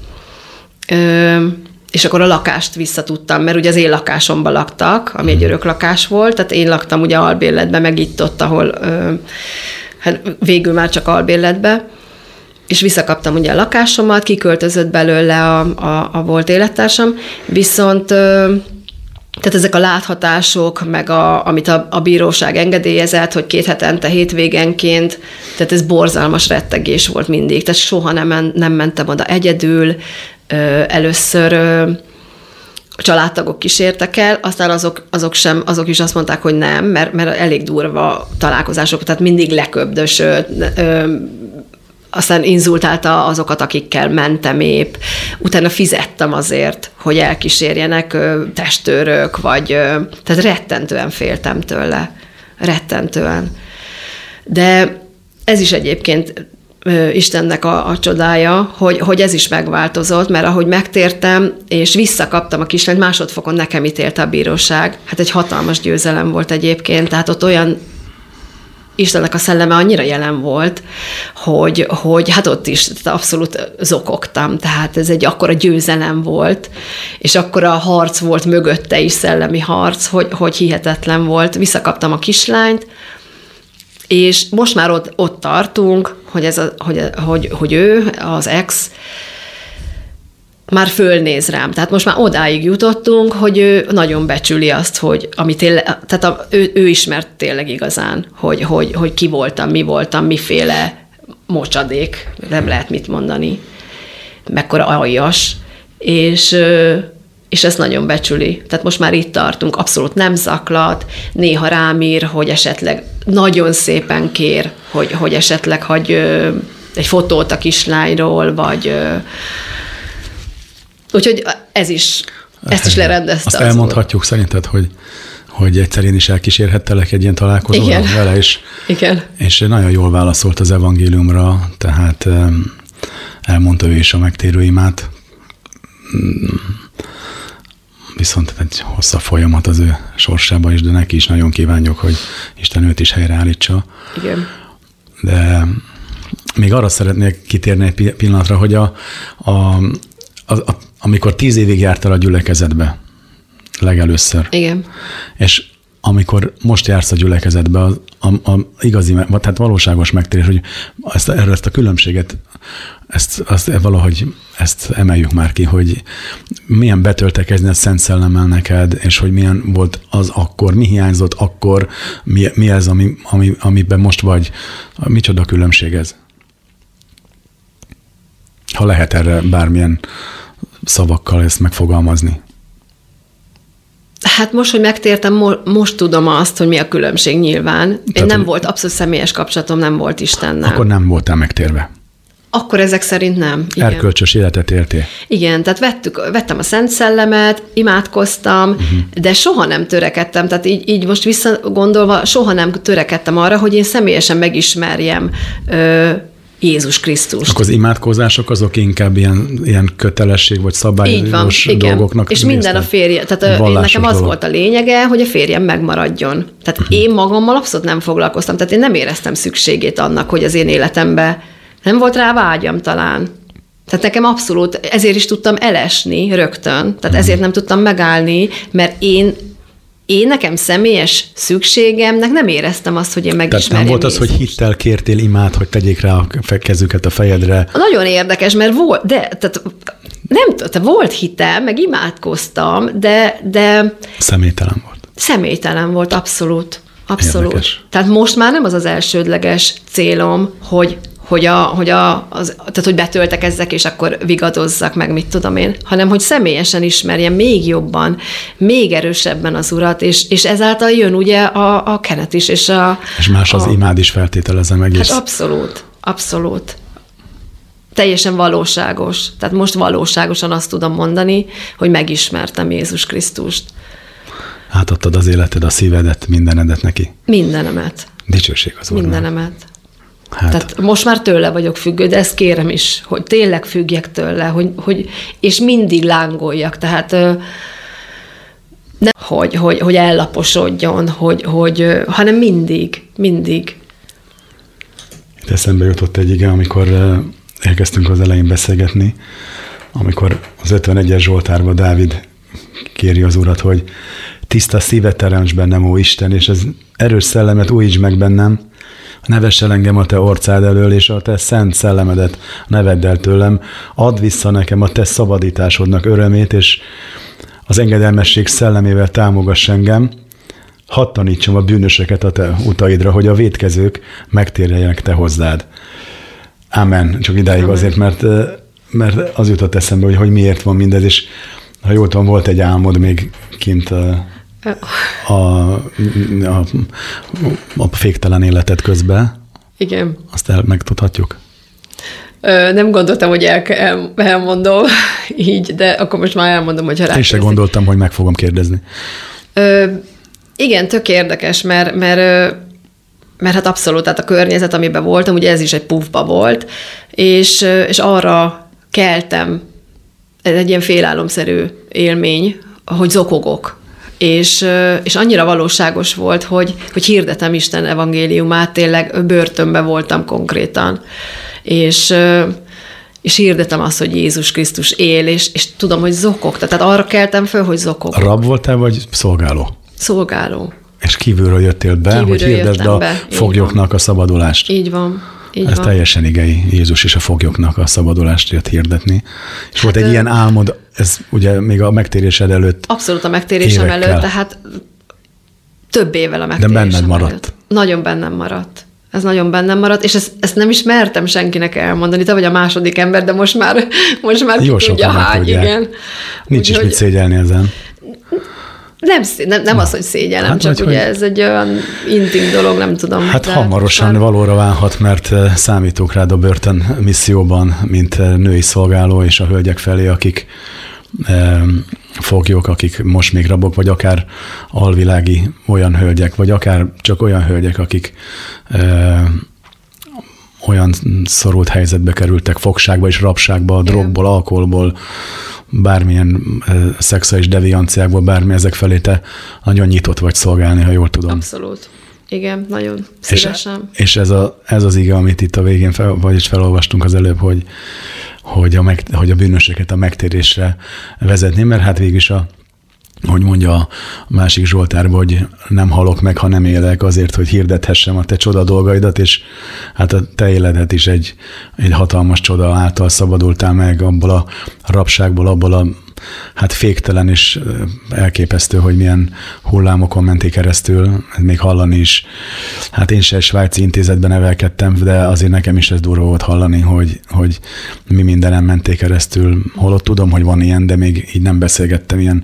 Speaker 3: és akkor a lakást visszatudtam, mert ugye az én lakásomban laktak, ami egy örök lakás volt, tehát én laktam ugye albérletben, meg itt-ott, ahol hát végül már csak albérletbe, és visszakaptam ugye a lakásomat, kiköltözött belőle a volt élettársam, viszont tehát ezek a láthatások, meg amit a bíróság engedélyezett, hogy 2 hetente, hétvégenként, tehát ez borzalmas rettegés volt mindig, tehát soha nem mentem oda egyedül, először a családtagok kísértek el, aztán azok is azt mondták, hogy nem, mert elég durva találkozások, tehát mindig leköbdösölt, aztán inzultálta azokat, akikkel mentem épp. Utána fizettem azért, hogy elkísérjenek testőrök, tehát rettentően féltem tőle. Rettentően. De ez is egyébként Istennek a csodája, hogy ez is megváltozott, mert ahogy megtértem, és visszakaptam a kislányt, másodfokon nekem ítélte a bíróság. Hát egy hatalmas győzelem volt egyébként, tehát ott olyan Istennek a szelleme annyira jelen volt, hogy hát ott is abszolút zokogtam, tehát ez egy akkora győzelem volt, és akkora harc volt mögötte is, szellemi harc, hogy hihetetlen volt. Visszakaptam a kislányt, és most már ott tartunk, hogy ő, az ex, már fölnéz rám. Tehát most már odáig jutottunk, hogy ő nagyon becsüli azt, hogy tehát ő ismert tényleg igazán, hogy ki voltam, mi voltam, miféle mocsadék, nem lehet mit mondani, mekkora aljas, és ezt nagyon becsüli. Tehát most már itt tartunk, abszolút nem zaklat, néha rám ír, hogy esetleg nagyon szépen kér, hogy esetleg hagy egy fotót a kislányról, vagy... Úgyhogy ezt is lerendezte.
Speaker 2: Azt elmondhatjuk szerinted, hogy egyszer én is elkísérhettelek egy ilyen találkozóra vele, és nagyon jól válaszolt az evangéliumra, tehát elmondta ő is a megtérő imát, viszont egy hosszabb folyamat az ő sorsába is, de neki is nagyon kívánjuk, hogy Isten őt is helyreállítsa.
Speaker 3: Igen.
Speaker 2: De még arra szeretnék kitérni egy pillanatra, hogy amikor 10 évig jártál a gyülekezetbe, legelőször.
Speaker 3: Igen.
Speaker 2: És amikor most jársz a gyülekezetbe, a igazi, tehát valóságos megtérés, hogy ezt a különbséget, ezt valahogy emeljük már ki, hogy milyen betöltekezni a Szent Szellemmel neked, és hogy milyen volt az akkor, mi hiányzott akkor, mi ez, amiben most vagy, micsoda különbség ez? Ha lehet erre bármilyen szavakkal ezt megfogalmazni.
Speaker 3: Hát most, hogy megtértem, most tudom azt, hogy mi a különbség nyilván. Én nem volt, abszolút személyes kapcsolatom nem volt Istennel.
Speaker 2: Akkor nem voltál megtérve.
Speaker 3: Akkor ezek szerint nem. Igen.
Speaker 2: Erkölcsös életet éltél.
Speaker 3: Igen, tehát vettem a Szent Szellemet, imádkoztam, de soha nem törekedtem, tehát így most visszagondolva, soha nem törekedtem arra, hogy én személyesen megismerjem Jézus Krisztust.
Speaker 2: Akkor az imádkozások azok inkább ilyen kötelesség vagy szabályos dolgoknak.
Speaker 3: És minden a férje. Tehát nekem az volt a lényege, hogy a férjem megmaradjon. Tehát én magammal abszolút nem foglalkoztam. Tehát én nem éreztem szükségét annak, hogy az én életemben nem volt rá vágyam talán. Tehát nekem abszolút, ezért is tudtam elesni rögtön. Tehát ezért nem tudtam megállni, mert én nekem személyes szükségemnek nem éreztem azt, hogy én megismerjem.
Speaker 2: Tehát nem volt az, hogy hittel kértél imát, hogy tegyék rá a kezüket a fejedre?
Speaker 3: Nagyon érdekes, mert volt hitem, meg imádkoztam, de személytelen volt. Személytelen volt, abszolút. Abszolút. Érdekes. Tehát most már nem az elsődleges célom, hogy betöltekezzek, és akkor vigadozzak meg, mit tudom én, hanem hogy személyesen ismerjem még jobban, még erősebben az Urat, és ezáltal jön ugye a kenet is. És
Speaker 2: más az imád is feltételezem egész.
Speaker 3: Hát abszolút. Teljesen valóságos. Tehát most valóságosan azt tudom mondani, hogy megismertem Jézus Krisztust.
Speaker 2: Átadtad az életed, a szívedet, mindenedet neki.
Speaker 3: Mindenemet.
Speaker 2: Dicsőség az Úrnak.
Speaker 3: Mindenemet. Hát. Tehát most már tőle vagyok függő, de ezt kérem is, hogy tényleg függjek tőle, és mindig lángoljak, tehát nem, hogy ellaposodjon, hanem mindig.
Speaker 2: Itt eszembe jutott egy igen, amikor elkezdtünk az elején beszélgetni, amikor az 51-es Zsoltárban Dávid kéri az Urat, hogy tiszta szívet teremts bennem, ó Isten, és az erős szellemet újíts meg bennem, nevess el engem a te orcád elől, és a te szent szellemedet nevedd el tőlem, add vissza nekem a te szabadításodnak örömét, és az engedelmesség szellemével támogass engem, hadd tanítsam a bűnöseket a te utaidra, hogy a vétkezők megtérjenek te hozzád. Ámen. Csak idáig azért, mert az jutott eszembe, hogy miért van mindez, és ha jól tudom, volt egy álmod még kint a féktelen életed közben.
Speaker 3: Igen.
Speaker 2: Azt megtudhatjuk?
Speaker 3: Nem gondoltam, hogy elmondom így, de akkor most már elmondom, hogy rá.
Speaker 2: Én sem gondoltam, hogy meg fogom kérdezni.
Speaker 3: Igen, tök érdekes, mert hát abszolút, tehát a környezet, amiben voltam, ugye ez is egy pufba volt, és arra keltem, ez egy ilyen félálomszerű élmény, hogy zokogok. És annyira valóságos volt, hogy hirdetem Isten evangéliumát, tényleg börtönben voltam konkrétan. És hirdetem azt, hogy Jézus Krisztus él, és tudom, hogy zokogta. Tehát arra keltem föl, hogy zokogok.
Speaker 2: Rab voltál, vagy szolgáló?
Speaker 3: Szolgáló.
Speaker 2: És kívülről jöttél be, hogy hirdesd a foglyoknak a szabadulást.
Speaker 3: Így van.
Speaker 2: Ez teljesen igei. Jézus is a foglyoknak a szabadulást jött hirdetni. És volt egy ilyen álmod, ez ugye még a megtérésed előtt.
Speaker 3: Abszolút a megtérésem előtt, tehát több évvel a megtérésem
Speaker 2: előtt. De benned maradt.
Speaker 3: Előtt. Nagyon bennem maradt. Ez nagyon bennem maradt, és ezt nem is mertem senkinek elmondani. Te vagy a második ember, de most már
Speaker 2: jó
Speaker 3: ki tudja hány, igen.
Speaker 2: Nincs is mit szégyelni ezen.
Speaker 3: Nem az, hogy szégyellem, csak ugye hogy ez egy olyan intim dolog, nem tudom.
Speaker 2: Hát hamarosan valóra válhat, mert számítok rád a börtön misszióban, mint női szolgáló, és a hölgyek felé, akik foglyok, akik most még rabok, vagy akár alvilági olyan hölgyek, vagy akár csak olyan hölgyek, akik olyan szorult helyzetbe kerültek, fogságba és rabságba, drogból, alkoholból, bármilyen szexuális devianciákból, bármi ezek felé te nagyon nyitott vagy szolgálni, ha jól tudom.
Speaker 3: Abszolút. Igen, nagyon szívesen.
Speaker 2: És ez az ige, amit itt a végén vagyis felolvastunk az előbb, hogy a bűnösöket a megtérésre vezetni, mert hát végülis hogy mondja a másik Zsoltárban, hogy nem halok meg, ha nem élek azért, hogy hirdethessem a te csoda dolgaidat, és hát a te életed is egy hatalmas csoda által szabadultál meg abból a rabságból, abból a hát féktelen és elképesztő, hogy milyen hullámokon menték keresztül, még hallani is. Hát én se svájci intézetben nevelkedtem, de azért nekem is ez durva volt hallani, hogy mi mindenem menték keresztül. Holott tudom, hogy van ilyen, de még így nem beszélgettem ilyen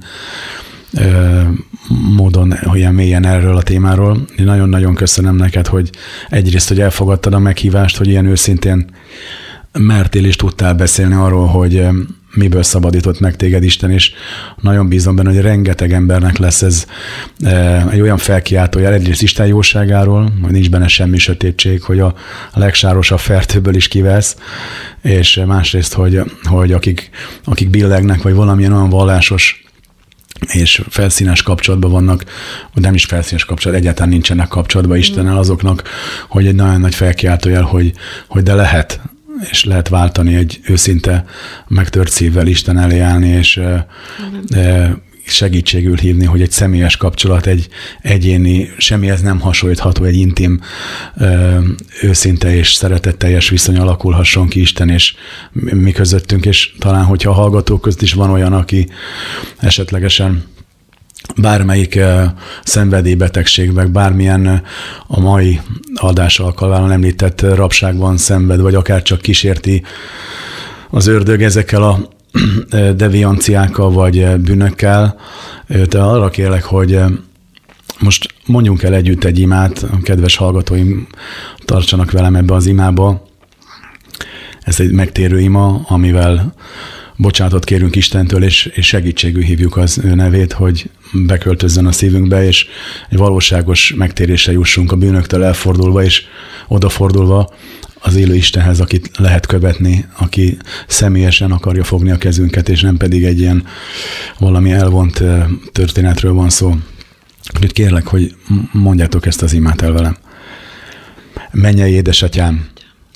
Speaker 2: módon, olyan mélyen erről a témáról. Én nagyon-nagyon köszönöm neked, hogy egyrészt, hogy elfogadtad a meghívást, hogy ilyen őszintén mertél és tudtál beszélni arról, hogy miből szabadított meg téged Isten, és nagyon bízom benne, hogy rengeteg embernek lesz ez egy olyan felkiáltójel, egyrészt Isten jóságáról, hogy nincs benne semmi sötétség, hogy a legsárosabb fertőből is kivesz, és másrészt, hogy akik billegnek, vagy valamilyen olyan vallásos és felszínes kapcsolatban vannak, vagy nem is felszínes kapcsolat, egyáltalán nincsenek kapcsolatban Istennel, azoknak, hogy egy nagyon nagy felkiáltójel, hogy de lehet, és lehet váltani egy őszinte, megtört szívvel Isten elé állni, és segítségül hívni, hogy egy személyes kapcsolat, egy egyéni, semmihez nem hasonlítható, egy intim, őszinte és szeretetteljes viszony alakulhasson ki Isten és mi közöttünk, és talán, hogyha a hallgatók között is van olyan, aki esetlegesen bármelyik szenvedélybetegségben, bármilyen a mai adás alkalmával említett rabságban szenved, vagy akár csak kísérti az ördög ezekkel a devianciákkal, vagy bűnökkel. De arra kérlek, hogy most mondjunk el együtt egy imát, a kedves hallgatóim tartsanak velem ebbe az imába. Ez egy megtérő ima, amivel bocsánatot kérünk Istentől, és segítségül hívjuk az ő nevét, hogy beköltözzön a szívünkbe, és egy valóságos megtérésre jussunk a bűnöktől elfordulva, és odafordulva az élő Istenhez, akit lehet követni, aki személyesen akarja fogni a kezünket, és nem pedig egy ilyen valami elvont történetről van szó. Úgyhogy kérlek, hogy mondjátok ezt az imát el velem. Mennyei édesatyám,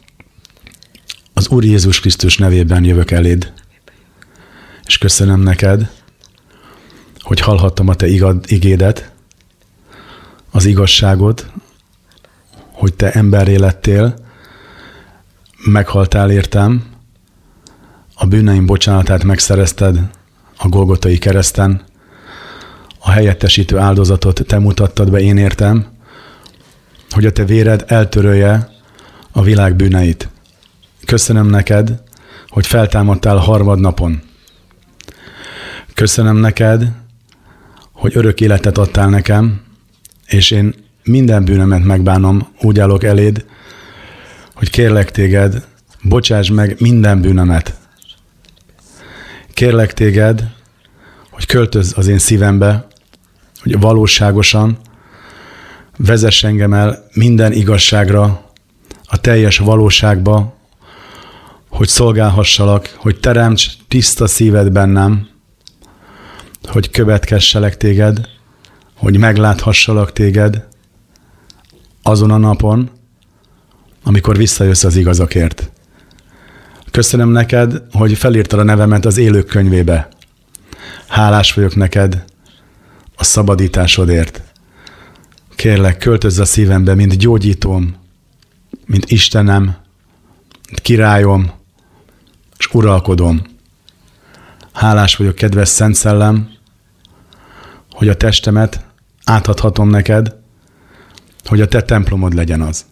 Speaker 2: az Úr Jézus Krisztus nevében jövök eléd, és köszönöm neked, hogy hallhattam a te igédet, az igazságot, hogy te emberré lettél, meghaltál értem, a bűneim bocsánatát megszerezted a Golgotai kereszten, a helyettesítő áldozatot te mutattad be én értem, hogy a te véred eltörölje a világ bűneit. Köszönöm neked, hogy feltámadtál harmadnapon. Köszönöm neked, hogy örök életet adtál nekem, és én minden bűnömet megbánom, úgy állok eléd, hogy kérlek téged, bocsáss meg minden bűnömet. Kérlek téged, hogy költözz az én szívembe, hogy valóságosan vezess engem el minden igazságra, a teljes valóságba, hogy szolgálhassalak, hogy teremts tiszta szíved bennem, hogy követkesselek téged, hogy megláthassalak téged azon a napon, amikor visszajössz az igazakért. Köszönöm neked, hogy felírtad a nevemet az élők könyvébe. Hálás vagyok neked a szabadításodért. Kérlek, költözz a szívembe, mint gyógyítóm, mint Istenem, mint királyom, és uralkodom. Hálás vagyok, kedves Szent Szellem, hogy a testemet átadhatom neked, hogy a te templomod legyen az.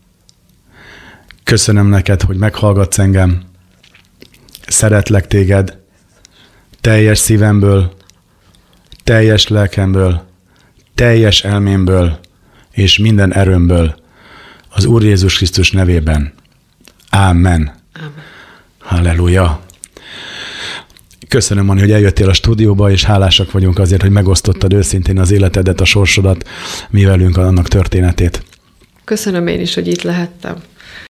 Speaker 2: Köszönöm neked, hogy meghallgatsz engem, szeretlek téged, teljes szívemből, teljes lelkemből, teljes elmémből és minden erőmből, az Úr Jézus Krisztus nevében. Amen. Halleluja. Köszönöm, Anni, hogy eljöttél a stúdióba, és hálásak vagyunk azért, hogy megosztottad őszintén az életedet, a sorsodat, mi velünk annak történetét.
Speaker 4: Köszönöm én is, hogy itt lehettem.